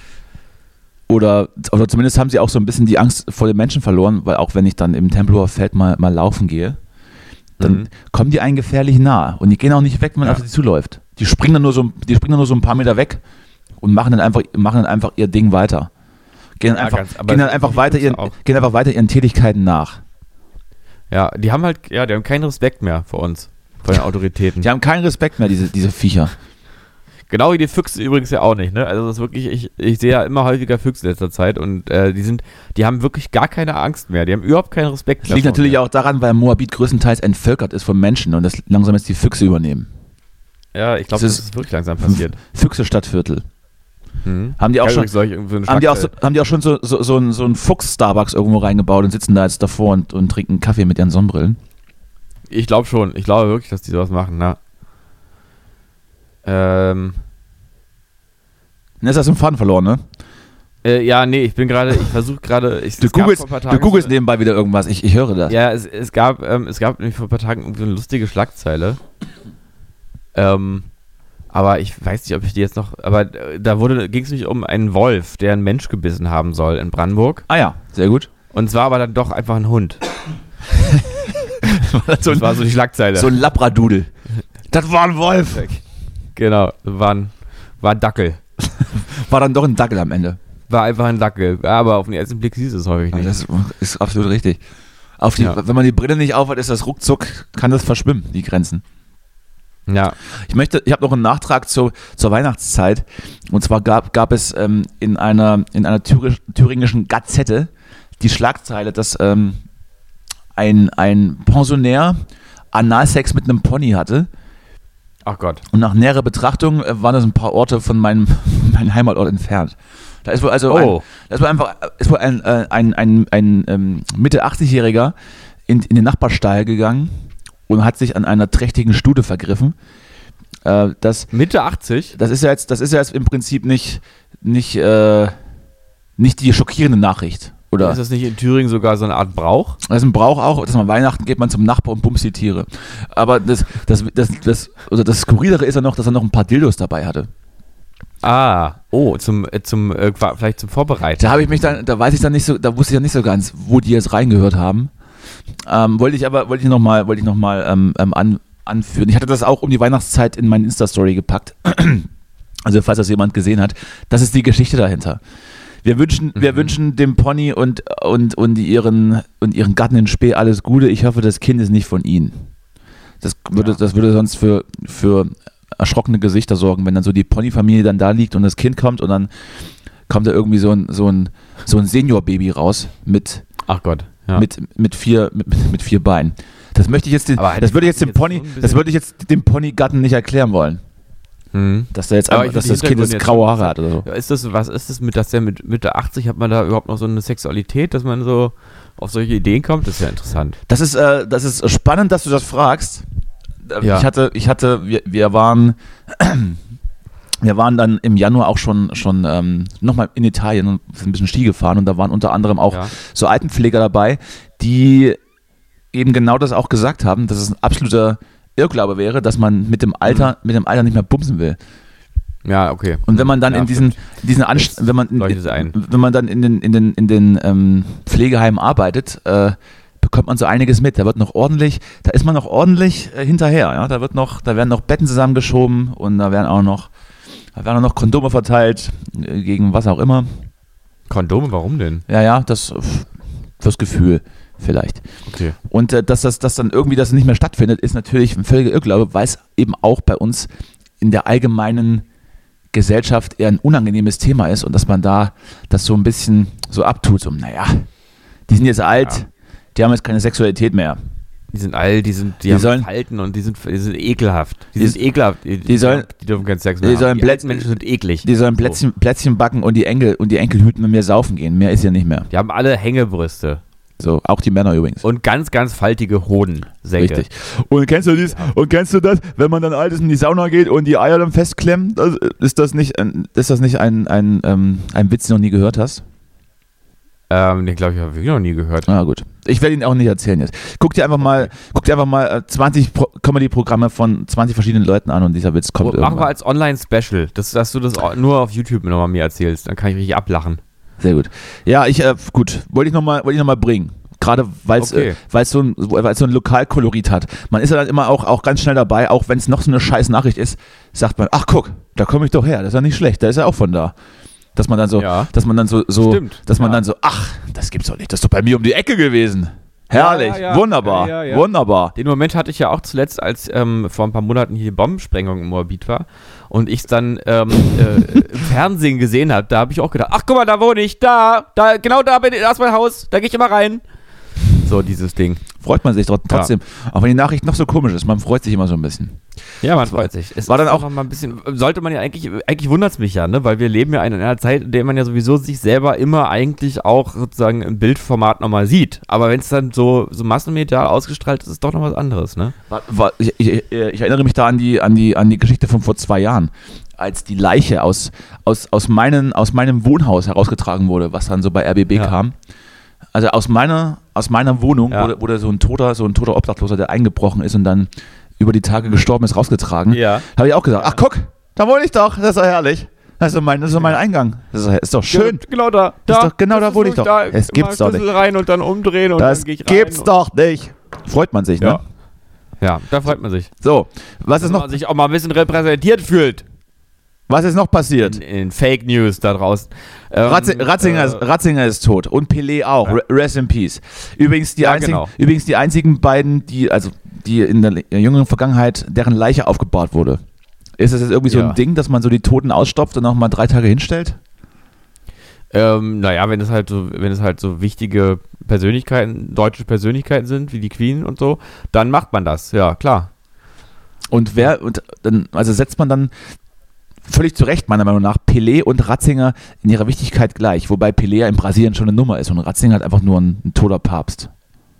Oder zumindest haben sie auch so ein bisschen die Angst vor den Menschen verloren, weil auch wenn ich dann im Tempelhofer Feld mal laufen gehe, dann kommen die einen gefährlich nah und die gehen auch nicht weg, wenn man auf sie zuläuft. Die springen dann nur so ein paar Meter weg und machen dann einfach ihr Ding weiter. Gehen dann einfach weiter ihren Tätigkeiten nach. Ja, die haben keinen Respekt mehr vor uns, vor den Autoritäten. Die haben keinen Respekt mehr, diese Viecher. Genau wie die Füchse übrigens ja auch nicht, ne? Also das ist wirklich, ich sehe ja immer häufiger Füchse in letzter Zeit und die haben wirklich gar keine Angst mehr, die haben überhaupt keinen Respekt mehr. Das liegt natürlich auch daran, weil Moabit größtenteils entvölkert ist von Menschen und das langsam jetzt die Füchse übernehmen. Ja, ich glaube, das ist wirklich langsam passiert. Füchse-Stadtviertel. Haben die auch schon so einen Fuchs-Starbucks irgendwo reingebaut und sitzen da jetzt davor und trinken Kaffee mit ihren Sonnenbrillen? Ich glaube schon. Ich glaube wirklich, dass die sowas machen, na. Jetzt hast du den Faden verloren, ne? Ja, nee, ich versuche gerade. Du googelst nebenbei wieder irgendwas, ich höre das. Ja, es gab nämlich vor ein paar Tagen irgendwie eine lustige Schlagzeile. Aber ich weiß nicht, ob ich die jetzt noch. Aber da ging es nämlich um einen Wolf, der einen Mensch gebissen haben soll in Brandenburg. Ah ja, sehr gut. Und es war aber dann doch einfach ein Hund. Das war so die Schlagzeile. So ein Labradudel. Das war ein Wolf. Genau, war ein Dackel. War dann doch ein Dackel am Ende. War einfach ein Dackel. Aber auf den ersten Blick siehst du es häufig nicht. Das ist absolut richtig. Wenn man die Brille nicht aufhat, ist das ruckzuck, kann das verschwimmen, die Grenzen. Ja. Ich habe noch einen Nachtrag zur Weihnachtszeit. Und zwar gab es in einer thüringischen Gazette die Schlagzeile, dass ein Pensionär Analsex mit einem Pony hatte. Ach Gott. Und nach näherer Betrachtung waren das ein paar Orte von meinem Heimatort entfernt. Da ist wohl ein Mitte 80-Jähriger in den Nachbarstall gegangen und hat sich an einer trächtigen Stute vergriffen. Mitte 80? Das ist ja jetzt im Prinzip nicht die schockierende Nachricht. Oder? Ist das nicht in Thüringen sogar so eine Art Brauch? Das ist ein Brauch auch, dass man Weihnachten geht man zum Nachbar und bumst die Tiere. Aber das Skurrilere ist ja noch, dass er noch ein paar Dildos dabei hatte. Vielleicht zum Vorbereiten. Da wusste ich dann nicht so ganz, wo die jetzt reingehört haben. Wollte ich noch mal anführen. Ich hatte das auch um die Weihnachtszeit in meine Insta-Story gepackt. Also falls das jemand gesehen hat, das ist die Geschichte dahinter. Wir wünschen dem Pony und ihren Gatten in Spee alles Gute. Ich hoffe, das Kind ist nicht von ihnen. Das würde sonst für erschrockene Gesichter sorgen, wenn dann so die Ponyfamilie dann da liegt und das Kind kommt und dann kommt da irgendwie so ein Senior-Baby raus mit Ach Gott. Ja. mit 4 Beinen. Das würde ich jetzt dem Ponygatten nicht erklären wollen. Dass das Kind jetzt graue Haare hat oder so. Was ist das dass der mit Mitte 80, hat man da überhaupt noch so eine Sexualität, dass man so auf solche Ideen kommt? Das ist ja interessant. Das ist spannend, dass du das fragst. Ja. Wir waren dann im Januar auch schon nochmal in Italien und sind ein bisschen Ski gefahren und da waren unter anderem auch so Altenpfleger dabei, die eben genau das auch gesagt haben, dass es ein absoluter Irrglaube wäre, dass man mit dem Alter nicht mehr bumsen will. Ja, okay. Und wenn man dann wenn man dann in den Pflegeheimen arbeitet, bekommt man so einiges mit. Da ist man noch ordentlich hinterher. Ja? Da werden noch Betten zusammengeschoben und da werden auch noch Kondome verteilt, gegen was auch immer. Kondome, warum denn? Ja, das fürs Gefühl vielleicht. Okay. Und dass das dann irgendwie das nicht mehr stattfindet, ist natürlich ein völliger Irrglaube, weil es eben auch bei uns in der allgemeinen Gesellschaft eher ein unangenehmes Thema ist und dass man da das so ein bisschen so abtut. So, die sind jetzt alt, die haben jetzt keine Sexualität mehr. Die sind alt, die haben Falten und die sind ekelhaft. Die dürfen keinen Sex mehr haben. Die alten Menschen sind eklig. Die sollen Plätzchen backen und die Enkel hüten und mehr saufen gehen. Mehr ist ja nicht mehr. Die haben alle Hängebrüste. So, auch die Männer übrigens. Und ganz, ganz faltige Hodensäcke. Richtig. Und kennst du das, wenn man dann alt ist und in die Sauna geht und die Eier dann festklemmen? Ist das nicht ein Witz, den du noch nie gehört hast? Den glaube ich, habe ich noch nie gehört. Na gut. Ich werde ihn auch nicht erzählen jetzt. Guck dir einfach mal 20 Comedy-Programme von 20 verschiedenen Leuten an und dieser Witz kommt irgendwann. Machen wir als Online-Special, dass du das nur auf YouTube nochmal mir erzählst. Dann kann ich richtig ablachen. Sehr gut. Ja, wollte ich noch mal bringen. Gerade weil es so ein Lokalkolorit hat. Man ist ja dann immer auch ganz schnell dabei, auch wenn es noch so eine scheiß Nachricht ist, sagt man, ach guck, da komme ich doch her, das ist ja nicht schlecht, da ist er auch von da. Dass man dann so, ach, das gibt's doch nicht, das ist doch bei mir um die Ecke gewesen. Herrlich, wunderbar, wunderbar. Den Moment hatte ich ja auch zuletzt, als vor ein paar Monaten hier die Bombensprengung im Moabit war und ich es dann im Fernsehen gesehen habe. Da habe ich auch gedacht, ach guck mal, da wohne ich, genau da ist mein Haus, da gehe ich immer rein. So dieses Ding. Freut man sich trotzdem, auch wenn die Nachricht noch so komisch ist, man freut sich immer so ein bisschen. Ja, man freut sich. Es war dann auch noch mal ein bisschen, sollte man ja eigentlich wundert es mich ja, ne, weil wir leben ja in einer Zeit, in der man ja sowieso sich selber immer eigentlich auch sozusagen im Bildformat nochmal sieht. Aber wenn es dann so massenmedial ausgestrahlt ist, ist es doch noch was anderes, ne? Ich erinnere mich da an die Geschichte von vor 2 Jahren, als die Leiche aus meinem Wohnhaus herausgetragen wurde, was dann so bei RBB kam. Also aus meiner Wohnung wurde so ein toter Obdachloser, der eingebrochen ist und dann über die Tage gestorben ist, rausgetragen. Ja. Habe ich auch gesagt, ach guck, da wohne ich doch, das ist doch herrlich. Das ist doch mein Eingang. Das ist doch schön. Genau da. Genau da wohne ich doch. Es gibt's doch nicht. Rein und dann umdrehen und dann gehe ich rein. Das gibt's doch nicht. Freut man sich, ne? Ja, da freut man sich. So, was ist noch? Man sich auch mal ein bisschen repräsentiert fühlt. Was ist noch passiert? In Fake News da draußen. Ratzinger ist tot und Pelé auch. Ja. Rest in Peace. Übrigens die einzigen beiden, die in der jüngeren Vergangenheit, deren Leiche aufgebahrt wurde. Ist das jetzt irgendwie so ein Ding, dass man so die Toten ausstopft und auch mal 3 Tage hinstellt? Naja, wenn es halt so wichtige Persönlichkeiten, deutsche Persönlichkeiten sind, wie die Queen und so, dann macht man das, ja, klar. Und also setzt man dann völlig zu Recht, meiner Meinung nach, Pelé und Ratzinger in ihrer Wichtigkeit gleich, wobei Pelé ja in Brasilien schon eine Nummer ist und Ratzinger hat einfach nur ein toter Papst.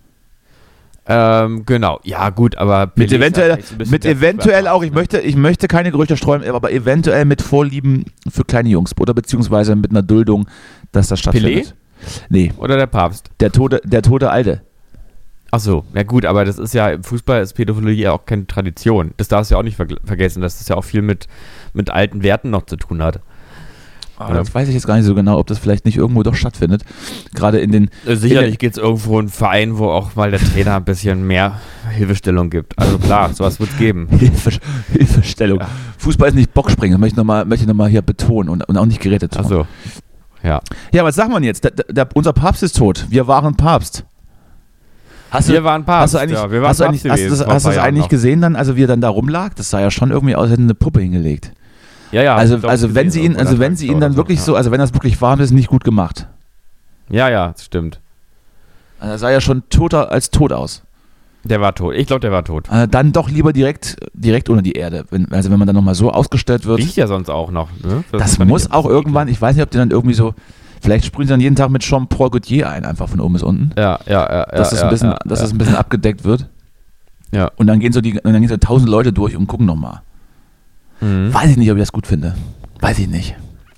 Genau, ja gut, aber mit eventuell auch, ich möchte keine Gerüchte streuen, aber eventuell mit Vorlieben für kleine Jungs oder beziehungsweise mit einer Duldung, dass das stattfindet. Pelé? Nee. Oder der Papst? Der tote Alte. Ach so, ja gut, aber das ist ja, im Fußball ist Pädophilie ja auch keine Tradition. Das darfst du ja auch nicht vergessen, dass das ja auch viel mit alten Werten noch zu tun hat. Aber das weiß ich jetzt gar nicht so genau, ob das vielleicht nicht irgendwo doch stattfindet. Gerade in den... Sicherlich gibt es irgendwo einen Verein, wo auch mal der Trainer ein bisschen mehr Hilfestellung gibt. Also klar, sowas wird es geben. Hilfestellung. Ja. Fußball ist nicht Bockspringen, das möchte ich nochmal hier betonen und auch nicht Geräte tun. Ach so, ja. Ja, was sagt man jetzt? Unser Papst ist tot. Wir waren Papst. Wir waren Papst, hast du das eigentlich gesehen dann, also wie er dann da rumlag? Das sah ja schon irgendwie aus, als hätte eine Puppe hingelegt. Ja, also wenn sie ihn dann wirklich so, also wenn das wirklich war, haben sie es nicht gut gemacht. Ja, das stimmt. Also er sah ja schon toter als tot aus. Der war tot. Ich glaube, der war tot. Dann doch lieber direkt unter die Erde. Wenn man dann nochmal so ausgestellt wird. Riecht ja sonst auch noch. Ne? Das muss auch irgendwann, ich weiß nicht, ob die dann irgendwie so, vielleicht sprühen sie dann jeden Tag mit Jean-Paul Gaultier ein, einfach von oben bis unten. Ja. Dass es ein bisschen abgedeckt wird. Ja. Und dann gehen so 1000 Leute durch und gucken nochmal. Weiß ich nicht, ob ich das gut finde. Weiß ich nicht.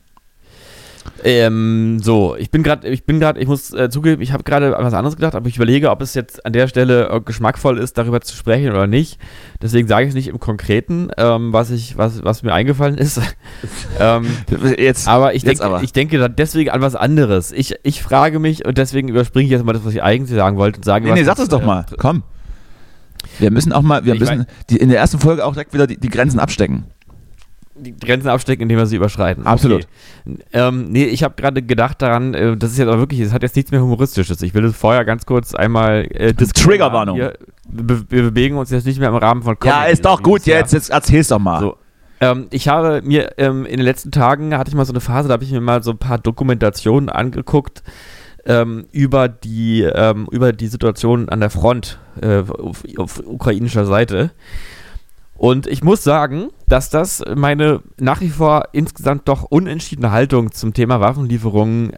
Ich muss zugeben, ich habe gerade an was anderes gedacht, aber ich überlege, ob es jetzt an der Stelle geschmackvoll ist, darüber zu sprechen oder nicht. Deswegen sage ich es nicht im Konkreten, was mir eingefallen ist. Aber ich denke deswegen an was anderes. Ich frage mich, und deswegen überspringe ich jetzt mal das, was ich eigentlich sagen wollte. Und sage, sag es doch mal, komm. Wir müssen in der ersten Folge auch direkt wieder die Grenzen abstecken. Die Grenzen abstecken, indem wir sie überschreiten. Absolut. Okay. Ich habe gerade gedacht daran, das ist jetzt aber wirklich, das hat jetzt nichts mehr Humoristisches. Ich will es vorher ganz kurz einmal Triggerwarnung. Wir bewegen uns jetzt nicht mehr im Rahmen von Comedy. Ja, ist doch gut, jetzt erzähl's doch mal. So. Ich habe mir in den letzten Tagen, hatte ich mal so eine Phase, da habe ich mir mal so ein paar Dokumentationen angeguckt über die Situation an der Front auf ukrainischer Seite. Und ich muss sagen, dass das meine nach wie vor insgesamt doch unentschiedene Haltung zum Thema Waffenlieferungen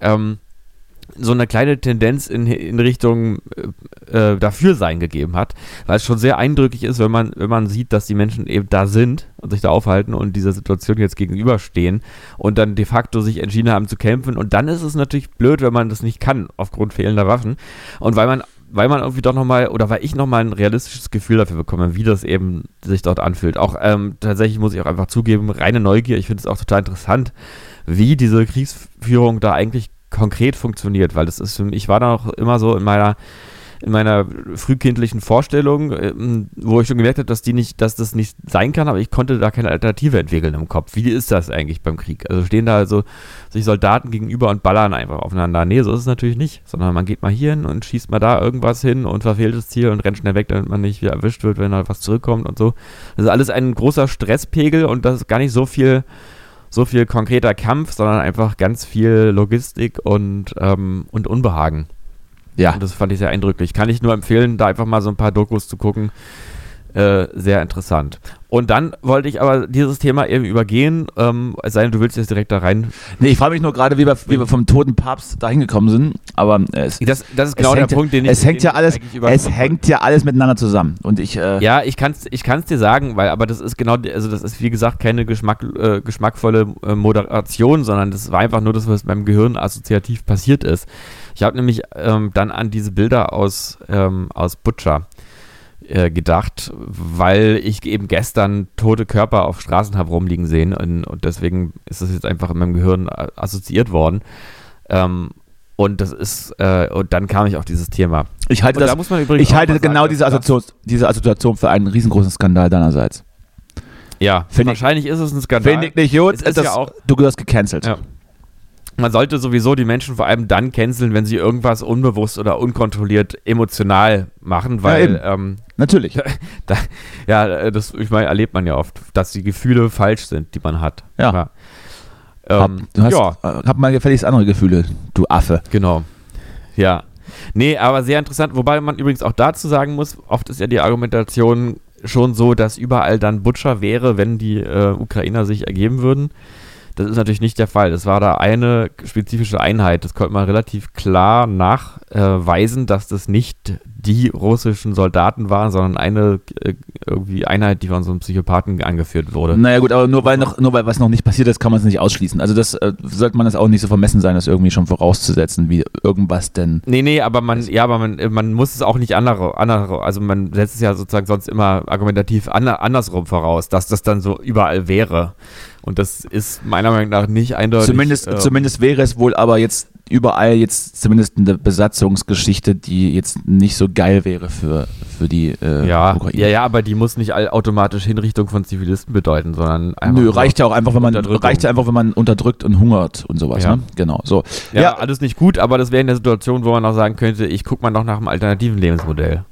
so eine kleine Tendenz in Richtung Dafürsein gegeben hat, weil es schon sehr eindrücklich ist, wenn man sieht, dass die Menschen eben da sind und sich da aufhalten und dieser Situation jetzt gegenüberstehen und dann de facto sich entschieden haben zu kämpfen. Und dann ist es natürlich blöd, wenn man das nicht kann aufgrund fehlender Waffen und weil man irgendwie doch nochmal, oder weil ich nochmal ein realistisches Gefühl dafür bekomme, wie das eben sich dort anfühlt. Auch tatsächlich muss ich auch einfach zugeben, reine Neugier, ich finde es auch total interessant, wie diese Kriegsführung da eigentlich konkret funktioniert, weil ich war da noch immer so in meiner frühkindlichen Vorstellung, wo ich schon gemerkt habe, dass das nicht sein kann, aber ich konnte da keine Alternative entwickeln im Kopf. Wie ist das eigentlich beim Krieg? Also stehen da also sich Soldaten gegenüber und ballern einfach aufeinander. Nee, so ist es natürlich nicht, sondern man geht mal hier hin und schießt mal da irgendwas hin und verfehlt das Ziel und rennt schnell weg, damit man nicht wieder erwischt wird, wenn da was zurückkommt und so. Das ist alles ein großer Stresspegel und das ist gar nicht so viel konkreter Kampf, sondern einfach ganz viel Logistik und Unbehagen. Ja. Und das fand ich sehr eindrücklich. Kann ich nur empfehlen, da einfach mal so ein paar Dokus zu gucken. Sehr interessant. Und dann wollte ich aber dieses Thema eben übergehen, es sei denn, du willst jetzt direkt da rein. Nee, ich frage mich nur gerade, wie wir vom toten Papst da hingekommen sind, aber das ist genau der Punkt, den ich... Es hängt ja alles miteinander zusammen. Und ich kann's dir sagen, aber das ist genau, also das ist wie gesagt keine geschmackvolle Moderation, sondern das war einfach nur das, was meinem Gehirn assoziativ passiert ist. Ich habe nämlich dann an diese Bilder aus Butscha gedacht, weil ich eben gestern tote Körper auf Straßen habe rumliegen sehen und deswegen ist das jetzt einfach in meinem Gehirn assoziiert worden. Und das ist und dann kam ich auf dieses Thema. Ich halte diese Assoziation für einen riesengroßen Skandal deinerseits. Ja, wahrscheinlich ist es ein Skandal. Finde ich nicht gut. Du gehörst gecancelt. Ja. Man sollte sowieso die Menschen vor allem dann canceln, wenn sie irgendwas unbewusst oder unkontrolliert emotional machen, weil natürlich. Das erlebt man ja oft, dass die Gefühle falsch sind, die man hat. Ja. Hab mal gefälligst andere Gefühle, du Affe. Genau. Ja. Nee, aber sehr interessant, wobei man übrigens auch dazu sagen muss, oft ist ja die Argumentation schon so, dass überall dann Butscha wäre, wenn die Ukrainer sich ergeben würden. Das ist natürlich nicht der Fall. Das war da eine spezifische Einheit. Das konnte man relativ klar nachweisen, dass das nicht die russischen Soldaten waren, sondern eine irgendwie Einheit, die von so einem Psychopathen angeführt wurde. Naja gut, aber nur weil was noch nicht passiert ist, kann man es nicht ausschließen. Also das sollte man das auch nicht so vermessen sein, das irgendwie schon vorauszusetzen, wie irgendwas denn. Nee, aber man muss es auch nicht also man setzt es ja sozusagen sonst immer argumentativ andersrum voraus, dass das dann so überall wäre. Und das ist meiner Meinung nach nicht eindeutig. Zumindest wäre es wohl aber jetzt überall jetzt zumindest eine Besatzungsgeschichte, die jetzt nicht so geil wäre für die Ukraine. Ja, aber die muss nicht automatisch Hinrichtung von Zivilisten bedeuten, sondern einfach. Nö, reicht ja einfach, wenn man unterdrückt und hungert und sowas. Ja. Ne? Genau. So. Ja, alles nicht gut, aber das wäre in der Situation, wo man auch sagen könnte, ich gucke mal noch nach einem alternativen Lebensmodell.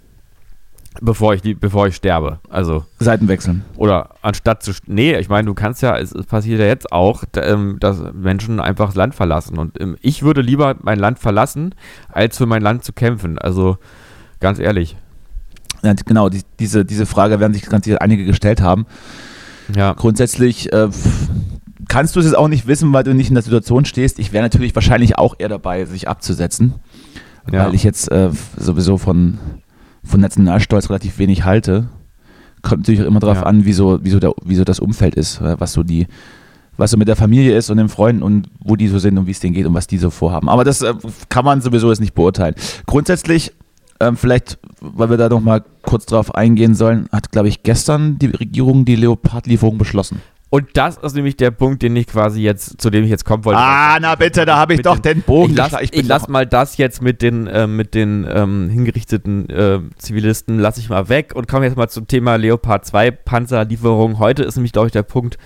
Bevor ich sterbe, also Seiten wechseln. Oder anstatt nee, ich meine, du kannst ja, es passiert ja jetzt auch, dass Menschen einfach das Land verlassen und ich würde lieber mein Land verlassen, als für mein Land zu kämpfen, also ganz ehrlich. Ja, genau, diese Frage werden sich ganz sicher einige gestellt haben. Ja. Grundsätzlich kannst du es jetzt auch nicht wissen, weil du nicht in der Situation stehst. Ich wäre natürlich wahrscheinlich auch eher dabei, sich abzusetzen, weil ich jetzt sowieso von Nationalstolz relativ wenig halte. Kommt natürlich auch immer darauf an, wieso das Umfeld ist, was so mit der Familie ist und den Freunden und wo die so sind und wie es denen geht und was die so vorhaben. Aber das kann man sowieso jetzt nicht beurteilen. Grundsätzlich, vielleicht, weil wir da noch mal kurz drauf eingehen sollen, hat, glaube ich, gestern die Regierung die Leopard-Lieferung beschlossen. Und das ist nämlich der Punkt, zu dem ich jetzt kommen wollte. Na bitte, da habe ich doch den Bogen. Ich lass mal das jetzt mit den hingerichteten Zivilisten, lasse ich mal weg und komme jetzt mal zum Thema Leopard 2 Panzerlieferung. Heute ist nämlich, glaube ich,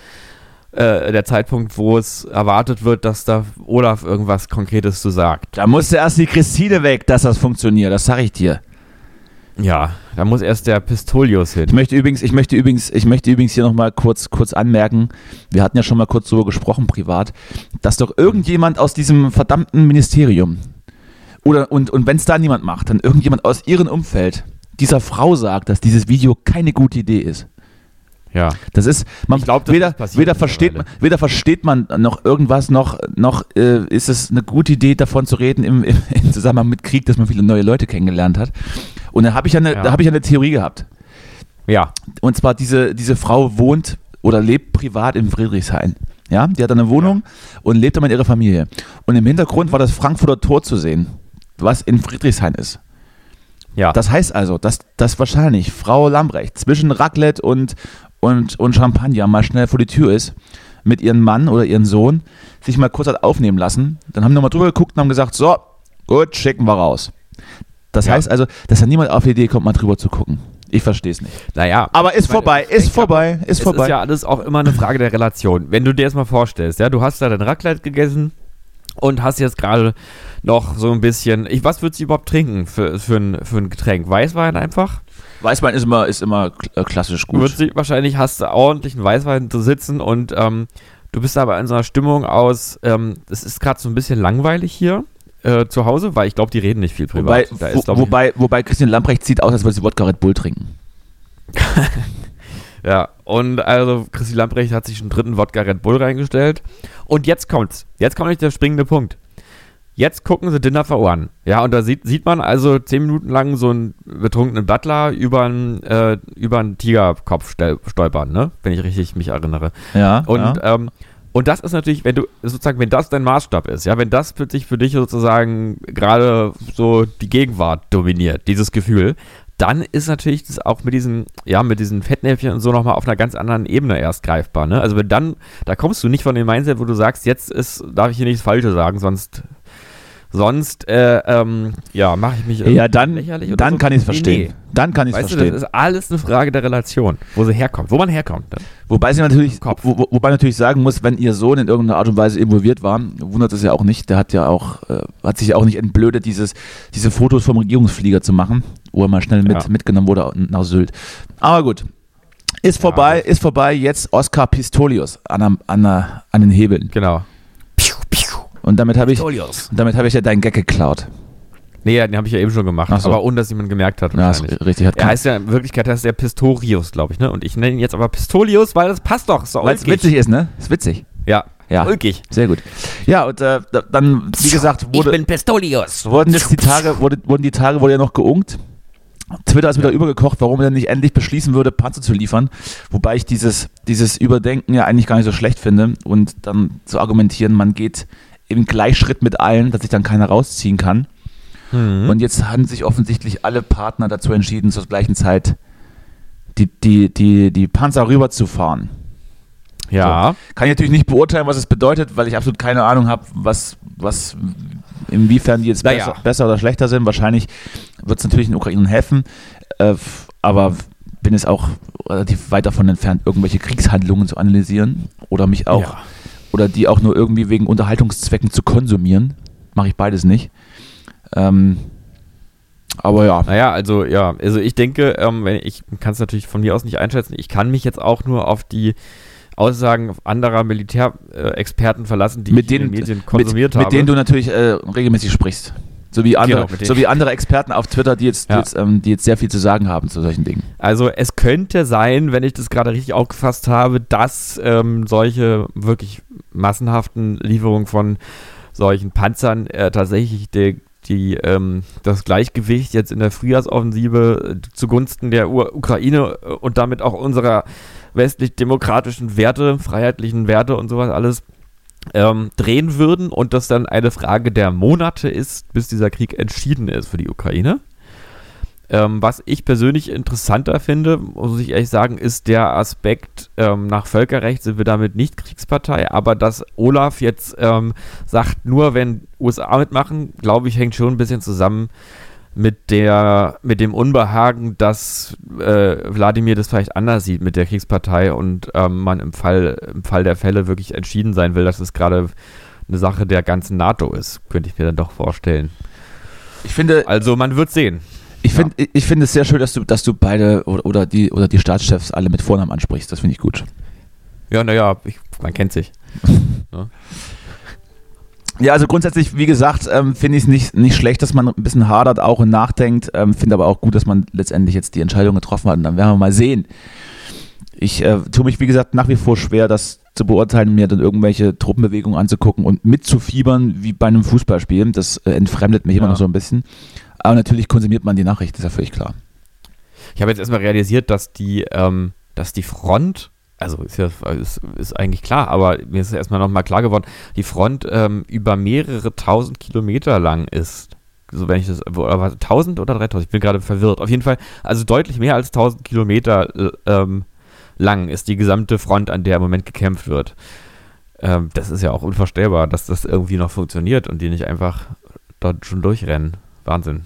der Zeitpunkt, wo es erwartet wird, dass da Olaf irgendwas Konkretes zu sagt. Da musste erst die Christine weg, dass das funktioniert, das sage ich dir. Ja, da muss erst der Pistolius hin. Ich möchte übrigens hier nochmal kurz anmerken, wir hatten ja schon mal kurz drüber gesprochen privat, dass doch irgendjemand aus diesem verdammten Ministerium und wenn es da niemand macht, dann irgendjemand aus ihrem Umfeld dieser Frau sagt, dass dieses Video keine gute Idee ist. Ja. Das ist, weder versteht man noch irgendwas, noch ist es eine gute Idee, davon zu reden im Zusammenhang mit Krieg, dass man viele neue Leute kennengelernt hat. Und da habe ich eine Theorie gehabt. Ja. Und zwar diese Frau wohnt oder lebt privat in Friedrichshain. Ja, die hat eine Wohnung und lebt da mit ihrer Familie. Und im Hintergrund war das Frankfurter Tor zu sehen, was in Friedrichshain ist. Ja. Das heißt also, dass wahrscheinlich Frau Lambrecht zwischen Raclette und Champagner mal schnell vor die Tür ist, mit ihrem Mann oder ihrem Sohn, sich mal kurz hat aufnehmen lassen. Dann haben die nochmal drüber geguckt und haben gesagt, so, gut, schicken wir raus. Das heißt also, dass da niemand auf die Idee kommt, mal drüber zu gucken. Ich verstehe es nicht. Naja. Aber ist vorbei. Es ist ja alles auch immer eine Frage der Relation. Wenn du dir das mal vorstellst, ja, du hast da dein Raclette gegessen und hast jetzt gerade noch so ein bisschen, was würdest du überhaupt trinken für ein Getränk? Weißwein einfach? Weißwein ist immer klassisch gut. Wahrscheinlich hast du ordentlichen Weißwein zu sitzen und du bist aber in so einer Stimmung aus, es ist gerade so ein bisschen langweilig hier zu Hause, weil ich glaube, die reden nicht viel privat. Wobei Christian Lambrecht sieht aus, als würde sie Wodka Red Bull trinken. Ja, und also Christian Lambrecht hat sich einen dritten Wodka Red Bull reingestellt und jetzt kommt's. Jetzt kommt der springende Punkt. Jetzt gucken sie Dinner for One. Ja, und da sieht man also 10 Minuten lang so einen betrunkenen Butler über einen Tigerkopf stolpern, ne? Wenn ich richtig mich erinnere. Ja. Und das ist natürlich, wenn das dein Maßstab ist, ja, wenn das plötzlich für dich sozusagen gerade so die Gegenwart dominiert, dieses Gefühl, dann ist natürlich das auch mit diesen Fettnäpfchen und so nochmal auf einer ganz anderen Ebene erst greifbar, ne? Also da kommst du nicht von dem Mindset, wo du sagst, darf ich hier nichts Falsches sagen, sonst Sonst, mache ich mich Ja, dann lächerlich oder so. kann ich es verstehen. Nee. Dann kann ich es Weißt du, verstehen. das ist alles eine Frage der Relation, wo man herkommt. Ne? Wobei sie natürlich, Kopf. wobei natürlich sagen muss, wenn ihr Sohn in irgendeiner Art und Weise involviert war, wundert es ja auch nicht. Der hat ja auch, hat sich ja auch nicht entblödet, diese Fotos vom Regierungsflieger zu machen, wo er mal schnell mitgenommen wurde nach Sylt. Aber gut. Ist vorbei. Jetzt Oscar Pistorius an den Hebeln. Genau. Und damit habe ich ja deinen Gag geklaut. Nee, den habe ich ja eben schon gemacht, Ach so. aber ohne, dass jemand gemerkt hat. Ja, ist richtig. Er heißt ja in Wirklichkeit heißt er Pistorius, glaube ich, ne? Und ich nenne ihn jetzt aber Pistolius, weil das passt doch. Weil es witzig ist, ne? Ist witzig. Ja. Ulkig. Sehr gut. Ja, und dann, wie gesagt, ich bin Pistolius. Wurden die Tage ja noch geunkt. Twitter ist wieder übergekocht, warum er nicht endlich beschließen würde, Panzer zu liefern. Wobei ich dieses Überdenken ja eigentlich gar nicht so schlecht finde. Und dann zu argumentieren, man geht im Gleichschritt mit allen, dass sich dann keiner rausziehen kann. Und jetzt haben sich offensichtlich alle Partner dazu entschieden, zur gleichen Zeit die Panzer rüberzufahren. Ja. So. Kann ich natürlich nicht beurteilen, was es bedeutet, weil ich absolut keine Ahnung habe, inwiefern die jetzt besser oder schlechter sind. Wahrscheinlich wird es natürlich den Ukrainern helfen, aber bin es auch relativ weit davon entfernt, irgendwelche Kriegshandlungen zu analysieren oder oder die auch nur irgendwie wegen Unterhaltungszwecken zu konsumieren. Mache ich beides nicht. Aber ja. Also ich denke, ich kann es natürlich von mir aus nicht einschätzen, ich kann mich jetzt auch nur auf die Aussagen anderer Militärexperten verlassen, die ich in den Medien konsumiert habe. Mit denen du natürlich regelmäßig sprichst. So wie andere Experten auf Twitter, die jetzt sehr viel zu sagen haben zu solchen Dingen. Also es könnte sein, wenn ich das gerade richtig aufgefasst habe, dass solche wirklich massenhaften Lieferungen von solchen Panzern tatsächlich das Gleichgewicht jetzt in der Frühjahrsoffensive zugunsten der Ukraine und damit auch unserer westlich-demokratischen Werte, freiheitlichen Werte und sowas alles drehen würden und das dann eine Frage der Monate ist, bis dieser Krieg entschieden ist für die Ukraine. Was ich persönlich interessanter finde, muss ich ehrlich sagen, ist der Aspekt, nach Völkerrecht sind wir damit nicht Kriegspartei, aber dass Olaf jetzt sagt, nur wenn USA mitmachen, glaube ich, hängt schon ein bisschen zusammen mit dem Unbehagen, dass Wladimir das vielleicht anders sieht mit der Kriegspartei und man im Fall der Fälle wirklich entschieden sein will, dass es gerade eine Sache der ganzen NATO ist, könnte ich mir dann doch vorstellen. Also man wird sehen. Ich finde es sehr schön, dass du beide oder die Staatschefs alle mit Vornamen ansprichst. Das finde ich gut. Ja, man kennt sich. Ja. Ja, also grundsätzlich, wie gesagt, finde ich es nicht schlecht, dass man ein bisschen hadert auch und nachdenkt. Finde aber auch gut, dass man letztendlich jetzt die Entscheidung getroffen hat. Und dann werden wir mal sehen. Ich tue mich, wie gesagt, nach wie vor schwer, das zu beurteilen, mir dann irgendwelche Truppenbewegungen anzugucken und mitzufiebern wie bei einem Fußballspiel. Das entfremdet mich immer noch so ein bisschen. Aber natürlich konsumiert man die Nachricht, ist ja völlig klar. Ich habe jetzt erstmal realisiert, dass die Front, also ist eigentlich klar, aber mir ist erstmal nochmal klar geworden, die Front über mehrere 1000 Kilometer lang ist. So, wenn ich das, oder 1000 oder 3000, ich bin gerade verwirrt. Auf jeden Fall, also deutlich mehr als 1000 Kilometer lang ist die gesamte Front, an der im Moment gekämpft wird. Das ist ja auch unvorstellbar, dass das irgendwie noch funktioniert und die nicht einfach dort schon durchrennen. Wahnsinn.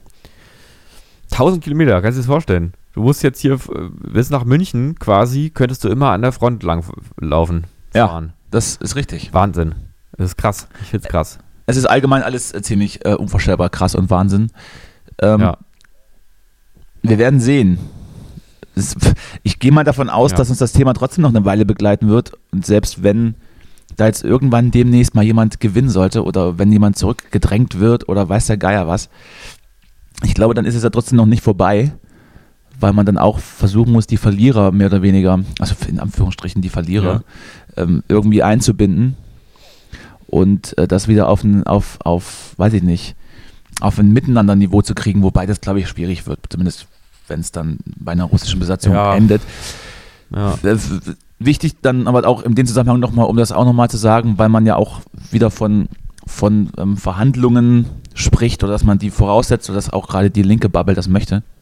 1000 Kilometer, kannst du dir das vorstellen? Du musst jetzt hier bis nach München quasi, könntest du immer an der Front lang fahren. Ja, das ist richtig. Wahnsinn. Das ist krass. Ich finde es krass. Es ist allgemein alles ziemlich unvorstellbar krass und Wahnsinn. Wir werden sehen. Ich gehe mal davon aus, dass uns das Thema trotzdem noch eine Weile begleiten wird. Und selbst wenn da jetzt irgendwann demnächst mal jemand gewinnen sollte oder wenn jemand zurückgedrängt wird oder weiß der Geier was, ich glaube, dann ist es ja trotzdem noch nicht vorbei, weil man dann auch versuchen muss, die Verlierer mehr oder weniger, also in Anführungsstrichen die Verlierer, irgendwie einzubinden und das wieder auf weiß ich nicht, auf ein Miteinander-Niveau zu kriegen, wobei das, glaube ich, schwierig wird, zumindest wenn es dann bei einer russischen Besatzung endet. Ja. Wichtig dann aber auch in dem Zusammenhang nochmal, um das auch nochmal zu sagen, weil man ja auch wieder von Verhandlungen spricht oder dass man die voraussetzt oder dass auch gerade die linke Bubble das möchte.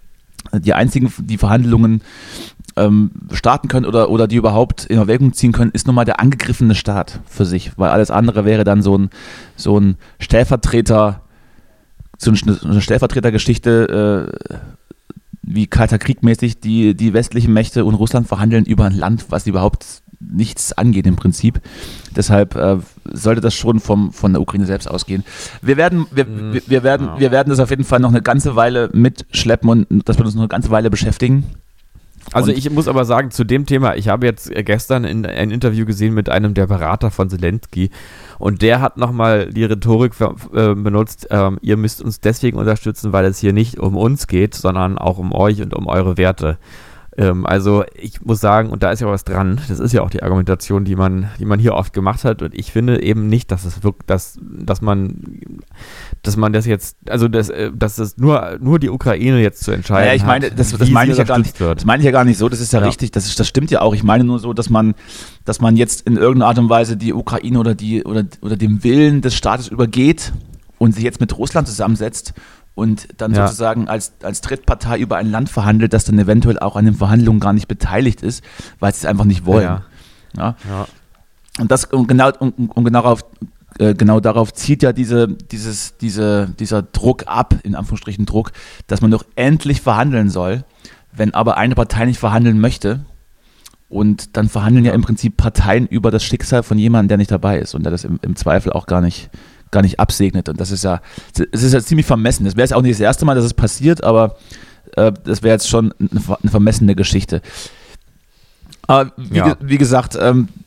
Die einzigen, die Verhandlungen starten können oder die überhaupt in Erwägung ziehen können, ist nun mal der angegriffene Staat für sich, weil alles andere wäre dann so ein Stellvertreter, so eine Stellvertretergeschichte, wie Kalter Krieg mäßig, die westlichen Mächte und Russland verhandeln über ein Land, was überhaupt nichts angeht im Prinzip. Deshalb sollte das schon von der Ukraine selbst ausgehen. Wir werden das auf jeden Fall noch eine ganze Weile mitschleppen und das wird uns noch eine ganze Weile beschäftigen. Also ich muss aber sagen, zu dem Thema, ich habe jetzt gestern ein Interview gesehen mit einem der Berater von Zelensky und der hat nochmal die Rhetorik benutzt, ihr müsst uns deswegen unterstützen, weil es hier nicht um uns geht, sondern auch um euch und um eure Werte. Also ich muss sagen, und da ist ja was dran, das ist ja auch die Argumentation, die man hier oft gemacht hat und ich finde eben nicht, dass es wirklich, dass man das jetzt, also dass es nur die Ukraine jetzt zu entscheiden hat. Ja, ich meine, das meine ich ja gar nicht. Das meine ich ja gar nicht so, das ist ja richtig, das stimmt ja auch. Ich meine nur so, dass man jetzt in irgendeiner Art und Weise die Ukraine oder dem Willen des Staates übergeht und sich jetzt mit Russland zusammensetzt und dann sozusagen als Drittpartei über ein Land verhandelt, das dann eventuell auch an den Verhandlungen gar nicht beteiligt ist, weil sie es einfach nicht wollen. Ja. Und genau darauf zielt ja dieser Druck ab, in Anführungsstrichen Druck, dass man doch endlich verhandeln soll, wenn aber eine Partei nicht verhandeln möchte. Und dann verhandeln ja im Prinzip Parteien über das Schicksal von jemandem, der nicht dabei ist und der das im Zweifel auch gar nicht absegnet. Und das ist ja ziemlich vermessen. Das wäre jetzt auch nicht das erste Mal, dass es passiert, aber das wäre jetzt schon eine vermessene Geschichte. Aber wie gesagt,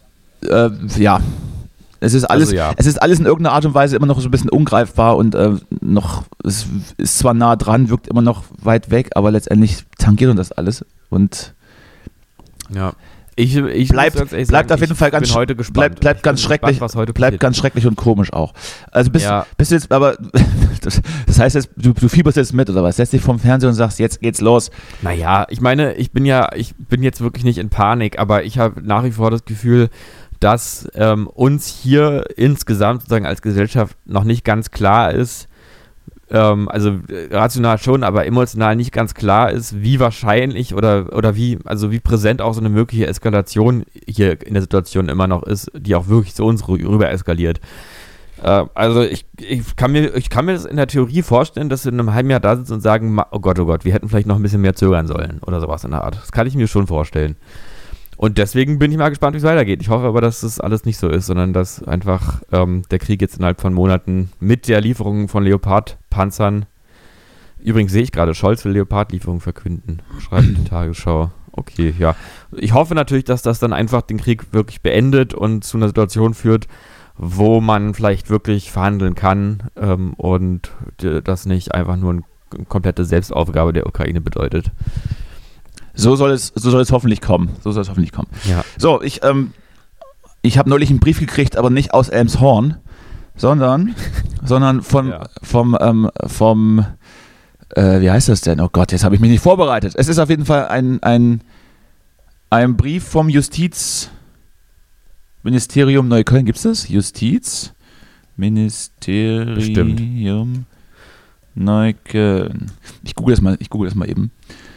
es ist alles in irgendeiner Art und Weise immer noch so ein bisschen ungreifbar und es ist zwar nah dran, wirkt immer noch weit weg, aber letztendlich tangiert uns das alles. Und ich bleibt auf jeden Fall ganz schrecklich, bleibt ganz schrecklich und komisch auch. Also bist du jetzt, aber das heißt jetzt, du fieberst jetzt mit oder was? Setzt dich vom Fernseher und sagst, jetzt geht's los. Naja, ich meine, ich bin jetzt wirklich nicht in Panik, aber ich habe nach wie vor das Gefühl, dass uns hier insgesamt sozusagen als Gesellschaft noch nicht ganz klar ist, also rational schon, aber emotional nicht ganz klar ist, wie wahrscheinlich oder wie präsent auch so eine mögliche Eskalation hier in der Situation immer noch ist, die auch wirklich zu uns rüber eskaliert. Also ich kann mir das in der Theorie vorstellen, dass wir in einem halben Jahr da sitzen und sagen, oh Gott, wir hätten vielleicht noch ein bisschen mehr zögern sollen oder sowas in der Art. Das kann ich mir schon vorstellen. Und deswegen bin ich mal gespannt, wie es weitergeht. Ich hoffe aber, dass das alles nicht so ist, sondern dass einfach der Krieg jetzt innerhalb von Monaten mit der Lieferung von Leopard-Panzern, übrigens sehe ich gerade, Scholz will Leopard-Lieferungen verkünden, schreibt die Tagesschau. Okay, ja. Ich hoffe natürlich, dass das dann einfach den Krieg wirklich beendet und zu einer Situation führt, wo man vielleicht wirklich verhandeln kann und das nicht einfach nur eine komplette Selbstaufgabe der Ukraine bedeutet. So soll es hoffentlich kommen. Ja. So, ich habe neulich einen Brief gekriegt, aber nicht aus Elmshorn, sondern vom wie heißt das denn? Oh Gott, jetzt habe ich mich nicht vorbereitet. Es ist auf jeden Fall ein Brief vom Justizministerium Neukölln. Gibt es das? Justizministerium Bestimmt. Neukölln. Ich google das mal eben.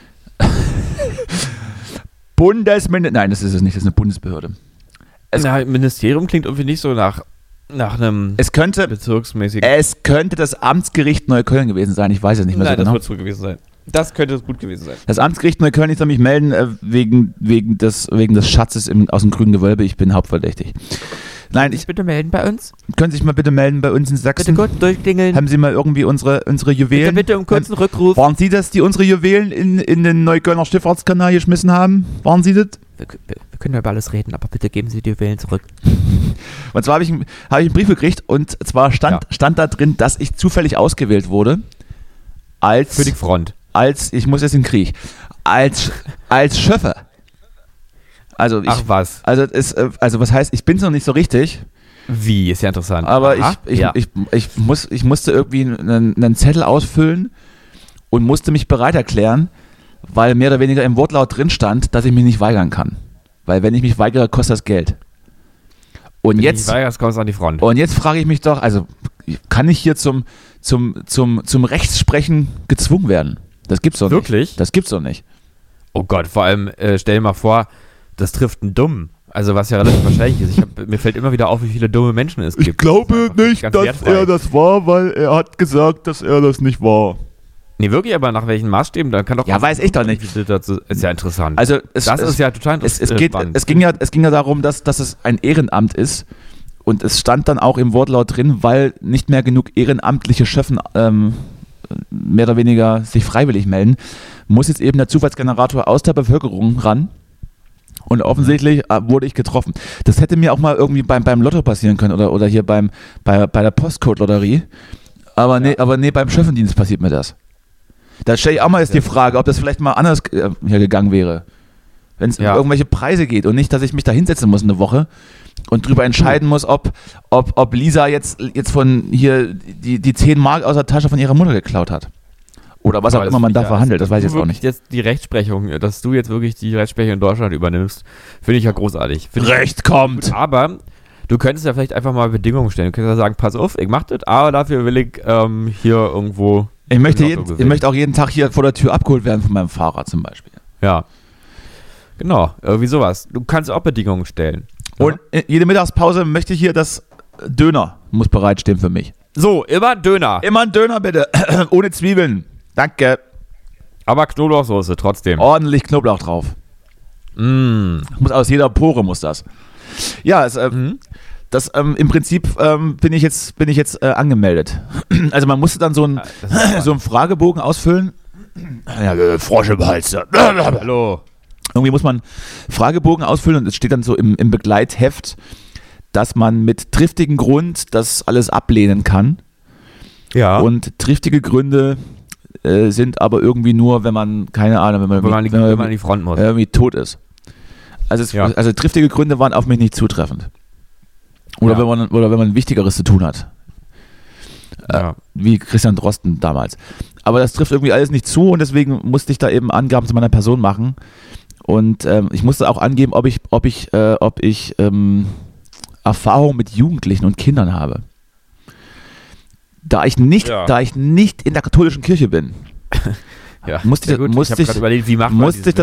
Nein, das ist es nicht, das ist eine Bundesbehörde. Ministerium klingt irgendwie nicht so nach einem bezirksmäßigen. Es könnte das Amtsgericht Neukölln gewesen sein, ich weiß es nicht mehr so genau. Das wird so gewesen sein. Das könnte gut gewesen sein. Das Amtsgericht Neukölln, ich soll mich melden wegen des Schatzes aus dem grünen Gewölbe, ich bin hauptverdächtig. Nein, bitte melden bei uns. Können Sie sich mal bitte melden bei uns in Sachsen? Bitte kurz durchklingeln. Haben Sie mal irgendwie unsere Juwelen? Bitte um kurzen Rückruf. Waren Sie das, die unsere Juwelen in den Neuköllner Schifffahrtskanal geschmissen haben? Waren Sie das? Wir können über alles reden, aber bitte geben Sie die Juwelen zurück. Und zwar habe ich einen Brief gekriegt und zwar stand da drin, dass ich zufällig ausgewählt wurde für die Front. Ich muss jetzt in den Krieg. Als Schöffer. Also was? Also was heißt, ich bin es noch nicht so richtig. Wie? Ist ja interessant. Aber ich musste irgendwie einen Zettel ausfüllen und musste mich bereit erklären, weil mehr oder weniger im Wortlaut drin stand, dass ich mich nicht weigern kann. Weil wenn ich mich weigere, kostet das Geld. Und wenn jetzt du dich weigerst, kommst du an die Front. Und jetzt frage ich mich doch, also kann ich hier zum Rechtssprechen gezwungen werden? Das gibt's doch nicht. Wirklich? Das gibt's doch nicht. Oh Gott, vor allem, stell dir mal vor, das trifft einen Dummen. Also was ja relativ wahrscheinlich ist. Mir fällt immer wieder auf, wie viele dumme Menschen es gibt. Ich glaube nicht, dass wertfrei. er das war, weil er hat gesagt, dass er das nicht war. Nee, wirklich, aber nach welchen Maßstäben? Da kann doch Ja, weiß ich doch nicht. Dazu, ist ja interessant. Also das ist ja total interessant. Es ging ja darum, dass es ein Ehrenamt ist. Und es stand dann auch im Wortlaut drin, weil nicht mehr genug ehrenamtliche Schöffen mehr oder weniger sich freiwillig melden, muss jetzt eben der Zufallsgenerator aus der Bevölkerung ran. Und offensichtlich wurde ich getroffen. Das hätte mir auch mal irgendwie beim Lotto passieren können oder hier bei der Postcode-Lotterie. Aber nee, beim Schöffendienst passiert mir das. Da stelle ich auch mal jetzt die Frage, ob das vielleicht mal anders hier gegangen wäre. Wenn es um irgendwelche Preise geht und nicht, dass ich mich da hinsetzen muss eine Woche und drüber entscheiden muss, ob Lisa jetzt von hier die 10 Mark aus der Tasche von ihrer Mutter geklaut hat. Oder was auch immer man da verhandelt, das weiß ich jetzt auch nicht. Jetzt die Rechtsprechung, dass du jetzt wirklich die Rechtsprechung in Deutschland übernimmst, finde ich ja großartig. Recht kommt! Aber du könntest ja vielleicht einfach mal Bedingungen stellen. Du könntest ja sagen, pass auf, ich mach das, aber dafür will ich hier irgendwo... Ich möchte auch jeden Tag hier vor der Tür abgeholt werden von meinem Fahrer zum Beispiel. Ja. Genau, irgendwie sowas. Du kannst auch Bedingungen stellen. Und jede Mittagspause möchte ich hier, das Döner muss bereitstehen für mich. So, immer Döner. Immer ein Döner bitte, ohne Zwiebeln. Danke. Aber Knoblauchsoße trotzdem. Ordentlich Knoblauch drauf. Muss aus jeder Pore muss das. Ja, im Prinzip bin ich jetzt angemeldet. Also man musste dann so einen Fragebogen ausfüllen. Ja, Frosch im Hals. Hallo. Irgendwie muss man Fragebogen ausfüllen und es steht dann so im Begleitheft, dass man mit triftigem Grund das alles ablehnen kann. Ja. Und triftige Gründe sind aber irgendwie nur, wenn man, keine Ahnung, wenn man an die Front muss. Irgendwie tot ist. Also triftige Gründe waren auf mich nicht zutreffend. Oder wenn man Wichtigeres zu tun hat. Wie Christian Drosten damals. Aber das trifft irgendwie alles nicht zu und deswegen musste ich da eben Angaben zu meiner Person machen. Und ich musste auch angeben, ob ich Erfahrung mit Jugendlichen und Kindern habe. Da ich nicht in der katholischen Kirche bin, musste ich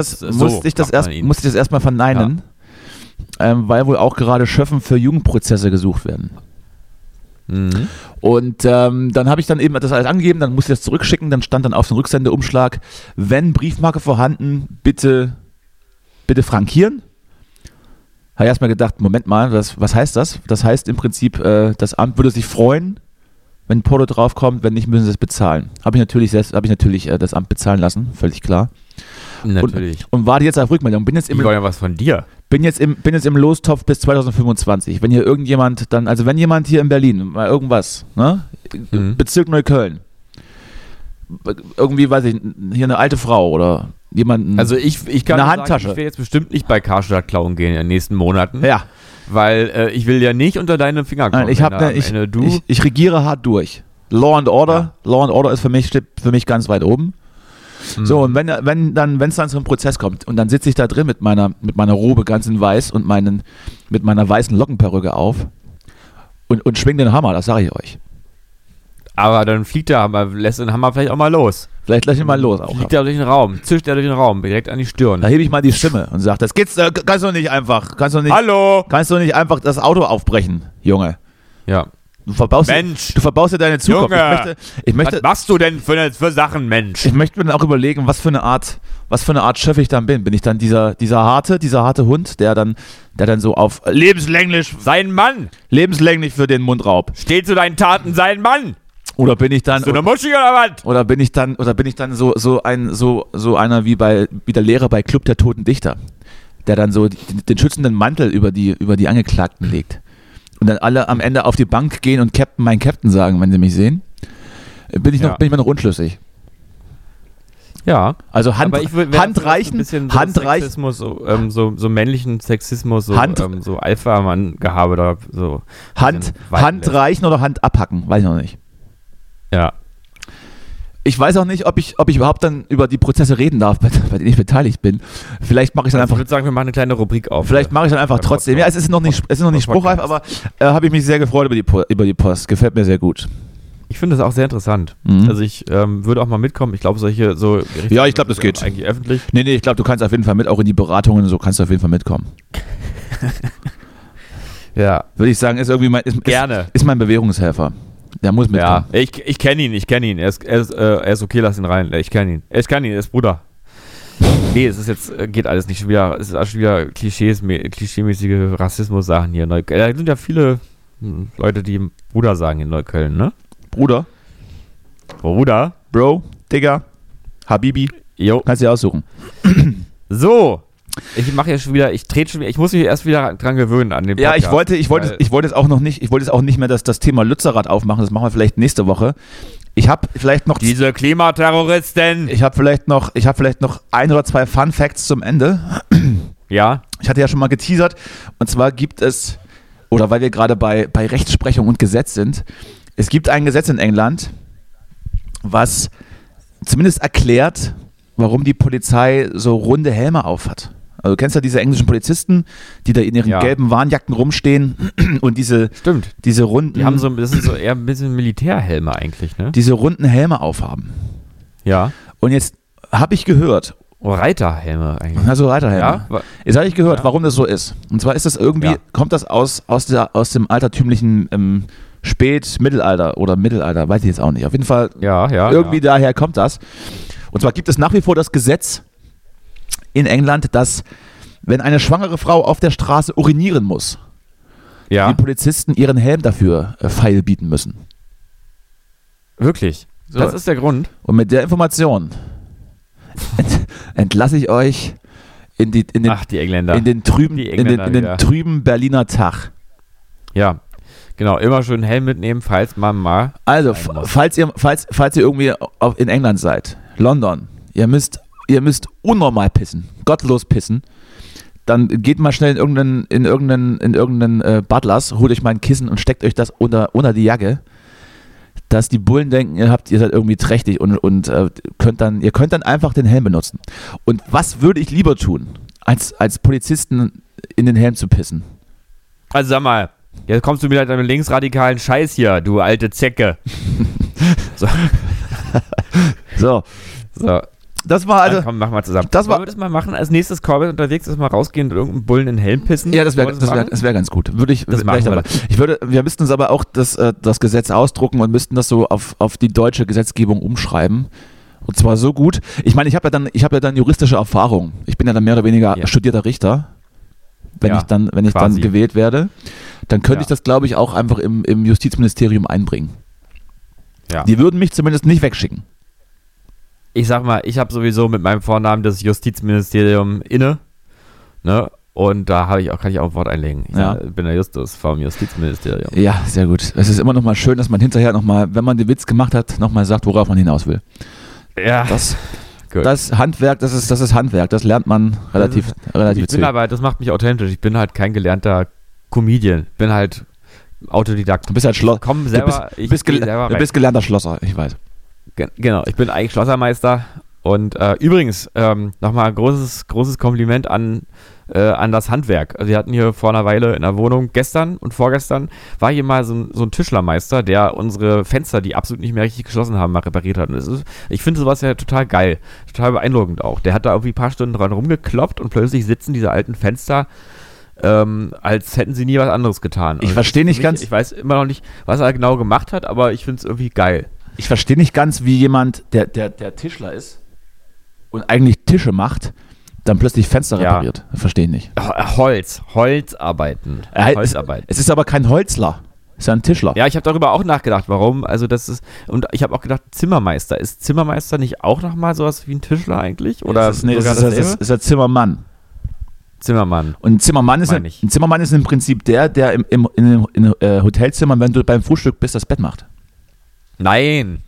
das erstmal verneinen, weil wohl auch gerade Schöffen für Jugendprozesse gesucht werden. Mhm. Und dann habe ich dann eben das alles angegeben, dann musste ich das zurückschicken, dann stand dann auf dem Rücksendeumschlag, wenn Briefmarke vorhanden, bitte frankieren. Habe ich erstmal gedacht, Moment mal, was heißt das? Das heißt im Prinzip, das Amt würde sich freuen, wenn Porto draufkommt, wenn nicht, müssen sie es bezahlen. Habe ich natürlich das Amt bezahlen lassen, völlig klar. Natürlich. Und warte jetzt auf Rückmeldung. Die wollen ja was von dir. Bin jetzt im Lostopf bis 2025. Wenn hier irgendjemand wenn jemand hier in Berlin mal irgendwas, ne? Bezirk Neukölln, irgendwie, weiß ich, hier eine alte Frau oder jemanden, also ich kann eine sagen, Handtasche. Ich will jetzt bestimmt nicht bei Karstadt klauen gehen in den nächsten Monaten. Ja. Weil ich will ja nicht unter deine Finger kommen. Nein, ich regiere hart durch. Law and Order ist steht für mich ganz weit oben. So, und wenn es dann zum Prozess kommt und dann sitze ich da drin mit meiner Robe ganz in weiß und mit meiner weißen Lockenperücke auf und schwing den Hammer, das sage ich euch. Aber dann fliegt der Hammer, lässt den Hammer vielleicht auch mal los. Vielleicht lass ihn mal los auch. Fliegt er durch den Raum, zischt er durch den Raum, direkt an die Stirn. Da hebe ich mal die Stimme und sage, das geht's, kannst du nicht einfach das Auto aufbrechen, Junge. Ja. Du verbaust dir deine Zukunft. Junge, ich möchte, was machst du denn für Sachen, Mensch? Ich möchte mir dann auch überlegen, was für eine Art Chef ich dann bin. Bin ich dann dieser harte Hund, der dann so auf lebenslänglich für den Mundraub. Steh zu deinen Taten, sein Mann! Oder bin ich dann so eine Muschi oder was? Oder bin ich dann so einer wie der Lehrer bei Club der Toten Dichter, der dann so den schützenden Mantel über die Angeklagten legt. Und dann alle am Ende auf die Bank gehen und mein Captain sagen, wenn sie mich sehen. Bin ich mir noch unschlüssig. Ja. Also Handreichen. Sexismus, so männlichen Sexismus, so Alpha-Mann-Gehabe da so. Handreichen oder Hand abhacken, weiß ich noch nicht. Ja. Ich weiß auch nicht, ob ich überhaupt dann über die Prozesse reden darf, bei denen ich beteiligt bin. Vielleicht mache ich dann einfach. Ich würde sagen, wir machen eine kleine Rubrik auf. Vielleicht mache ich dann einfach trotzdem. Ja, es ist noch nicht spruchreif, aber habe ich mich sehr gefreut über die Post. Gefällt mir sehr gut. Ich finde das auch sehr interessant. Mhm. Also ich würde auch mal mitkommen. Ich glaube, solche so... Ja, ich glaube, das geht. Eigentlich öffentlich. Nee, ich glaube, du kannst auf jeden Fall auch in die Beratungen und so kannst du auf jeden Fall mitkommen. Ja. Würde ich sagen, ist irgendwie Gerne. Ist mein Bewährungshelfer. Der muss mitkommen. Ja, ich kenne ihn. Er ist okay, lass ihn rein. Ich kenne ihn. Er ist Bruder. Nee, es ist jetzt, geht alles nicht schon wieder, es ist auch schon wieder klischeemäßige Rassismus-Sachen hier in Neukölln. Da sind ja viele Leute, die Bruder sagen in Neukölln, ne? Bruder, Bro, Digga, Habibi, Jo. kannst du dir aussuchen. So, ich mache ja schon wieder, ich muss mich erst wieder dran gewöhnen an den Podcast. Ja, ich wollte es auch noch nicht, ich wollte es auch nicht mehr das Thema Lützerath aufmachen, das machen wir vielleicht nächste Woche. Ich habe vielleicht noch diese Klimaterroristen. Ich habe vielleicht noch 1 oder 2 Fun Facts zum Ende. Ja. Ich hatte ja schon mal geteasert, und zwar gibt es, oder weil wir gerade bei Rechtsprechung und Gesetz sind, es gibt ein Gesetz in England, was zumindest erklärt, warum die Polizei so runde Helme aufhat. Also du kennst ja diese englischen Polizisten, die da in ihren gelben Warnjacken rumstehen und diese runden... Die haben das sind so eher ein bisschen Militärhelme eigentlich, ne? Diese runden Helme aufhaben. Ja. Und jetzt habe ich gehört... Oh, Reiterhelme eigentlich. Also Reiterhelme. Ja? Jetzt habe ich gehört, warum das so ist. Und zwar ist das irgendwie, kommt das aus dem altertümlichen Spätmittelalter oder Mittelalter, weiß ich jetzt auch nicht. Auf jeden Fall irgendwie daher kommt das. Und zwar gibt es nach wie vor das Gesetz in England, dass, wenn eine schwangere Frau auf der Straße urinieren muss, die Polizisten ihren Helm dafür feil bieten müssen. Wirklich? So. Das ist der Grund? Und mit der Information entlasse ich euch in den trüben Berliner Tag. Ja, genau. Immer schön Helm mitnehmen, falls man mal... Also, falls ihr irgendwie in England seid, London, ihr müsst unnormal pissen, gottlos pissen, dann geht mal schnell in irgendeinen Butlers, holt euch mal ein Kissen und steckt euch das unter die Jacke, dass die Bullen denken, ihr seid irgendwie trächtig und könnt dann einfach den Helm benutzen. Und was würde ich lieber tun, als Polizisten in den Helm zu pissen? Also sag mal, jetzt kommst du wieder mit deinem linksradikalen Scheiß hier, du alte Zecke. So. Das war also. Komm, mach mal zusammen. Wollen wir das mal machen? Als nächstes Corbett unterwegs ist, mal rausgehen und irgendeinen Bullen in den Helm pissen? Ja, das wär ganz gut. Wir müssten uns aber auch das Gesetz ausdrucken und müssten das so auf die deutsche Gesetzgebung umschreiben. Und zwar so gut. Ich meine, ich habe ja dann juristische Erfahrung. Ich bin ja dann mehr oder weniger studierter Richter. Wenn ich dann gewählt werde, dann könnte ich das, glaube ich, auch einfach im Justizministerium einbringen. Ja. Die würden mich zumindest nicht wegschicken. Ich sag mal, ich habe sowieso mit meinem Vornamen das Justizministerium inne, ne? Und da kann ich auch ein Wort einlegen. Ich bin der Justus vom Justizministerium. Ja, sehr gut. Es ist immer noch mal schön, dass man hinterher noch mal, wenn man den Witz gemacht hat, noch mal sagt, worauf man hinaus will. Ja. Das Handwerk, das ist Handwerk. Das lernt man relativ zügig. Aber das macht mich authentisch. Ich bin halt kein gelernter Comedian. Ich bin halt Autodidakt. Du bist halt Schlosser. Du bist gelernter Schlosser, ich weiß. Genau, ich bin eigentlich Schlossermeister. Und übrigens, nochmal ein großes Kompliment an das Handwerk. Also wir hatten hier vor einer Weile in der Wohnung, gestern und vorgestern, war hier mal so ein Tischlermeister, der unsere Fenster, die absolut nicht mehr richtig geschlossen haben, mal repariert hat. Und ich finde sowas ja total geil, total beeindruckend auch. Der hat da irgendwie ein paar Stunden dran rumgekloppt und plötzlich sitzen diese alten Fenster, als hätten sie nie was anderes getan. Ich verstehe nicht ganz. Ich weiß immer noch nicht, was er genau gemacht hat, aber ich finde es irgendwie geil. Ich verstehe nicht ganz, wie jemand, der Tischler ist und eigentlich Tische macht, dann plötzlich Fenster repariert. Verstehe ich nicht. Holzarbeiten. Es ist aber kein Holzler. Es ist ja ein Tischler. Ja, ich habe darüber auch nachgedacht, warum. Also das ist, und ich habe auch gedacht, Zimmermeister. Ist Zimmermeister nicht auch nochmal sowas wie ein Tischler eigentlich? Oder das ist der Zimmermann. Und ein Zimmermann ist im Prinzip der in Hotelzimmern, wenn du beim Frühstück bist, das Bett macht. Nein.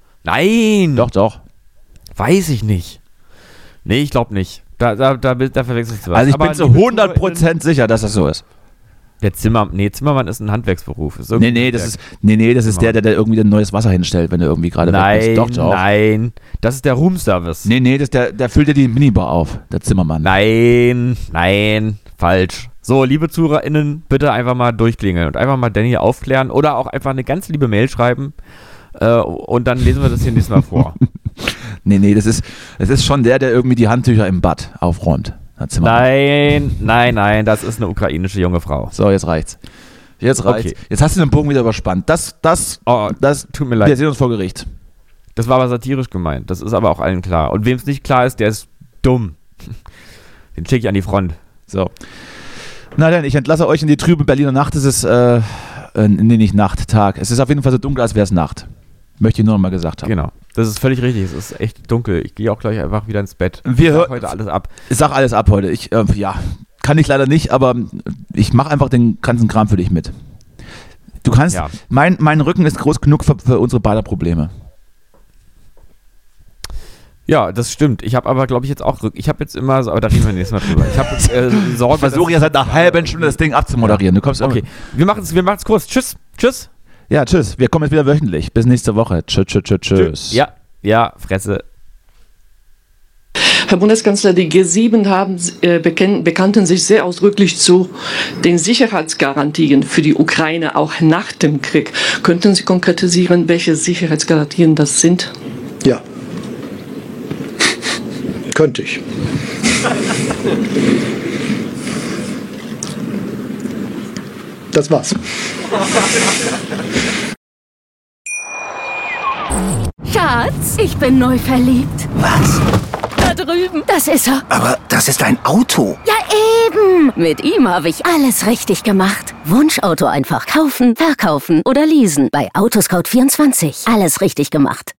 Doch. Weiß ich nicht. Nee, ich glaube nicht. Da verwechselst du was. Also ich bin zu 100% sicher, dass das so ist. Zimmermann ist ein Handwerksberuf. Das ist der irgendwie ein neues Wasser hinstellt, wenn du irgendwie gerade weg bist. Nein, das ist der Roomservice. Der füllt dir die Minibar auf, der Zimmermann. Nein, falsch. So, liebe ZuhörerInnen, bitte einfach mal durchklingeln und einfach mal Danny aufklären oder auch einfach eine ganz liebe Mail schreiben Und dann lesen wir das hier nächstes Mal vor. Nee, das ist schon der irgendwie die Handtücher im Bad aufräumt. Nein, das ist eine ukrainische junge Frau. So, jetzt reicht's. Okay. Jetzt hast du den Bogen wieder überspannt. Das tut mir leid. Wir sehen uns vor Gericht. Das war aber satirisch gemeint. Das ist aber auch allen klar. Und wem es nicht klar ist, der ist dumm. Den schicke ich an die Front. So. Na dann, ich entlasse euch in die trübe Berliner Nacht. Es ist, nicht Nacht, Tag. Es ist auf jeden Fall so dunkel, als wäre es Nacht. Möchte ich nur noch mal gesagt haben. Genau. Das ist völlig richtig. Es ist echt dunkel. Ich gehe auch gleich einfach wieder ins Bett. Ich sag heute alles ab. Ich sag alles ab heute. Kann ich leider nicht, aber ich mache einfach den ganzen Kram für dich mit. Du kannst, Ja. Mein Rücken ist groß genug für unsere beider Probleme. Ja, das stimmt. Ich habe aber, glaube ich, jetzt auch Ich habe jetzt immer so, aber da reden wir nächstes Mal drüber. Ich habe Sorge. Ich versuche ja seit einer halben Stunde das Ding abzumoderieren. Du kommst Okay, wir machen's kurz. Tschüss. Ja, tschüss. Wir kommen jetzt wieder wöchentlich. Bis nächste Woche. Tschüss. Ja, Fresse. Herr Bundeskanzler, die G7 bekannten sich sehr ausdrücklich zu den Sicherheitsgarantien für die Ukraine, auch nach dem Krieg. Könnten Sie konkretisieren, welche Sicherheitsgarantien das sind? Ja. Könnte ich. Das war's. Schatz, ich bin neu verliebt. Was? Da drüben. Das ist er. Aber das ist ein Auto. Ja, eben. Mit ihm habe ich alles richtig gemacht. Wunschauto einfach kaufen, verkaufen oder leasen. Bei Autoscout24. Alles richtig gemacht.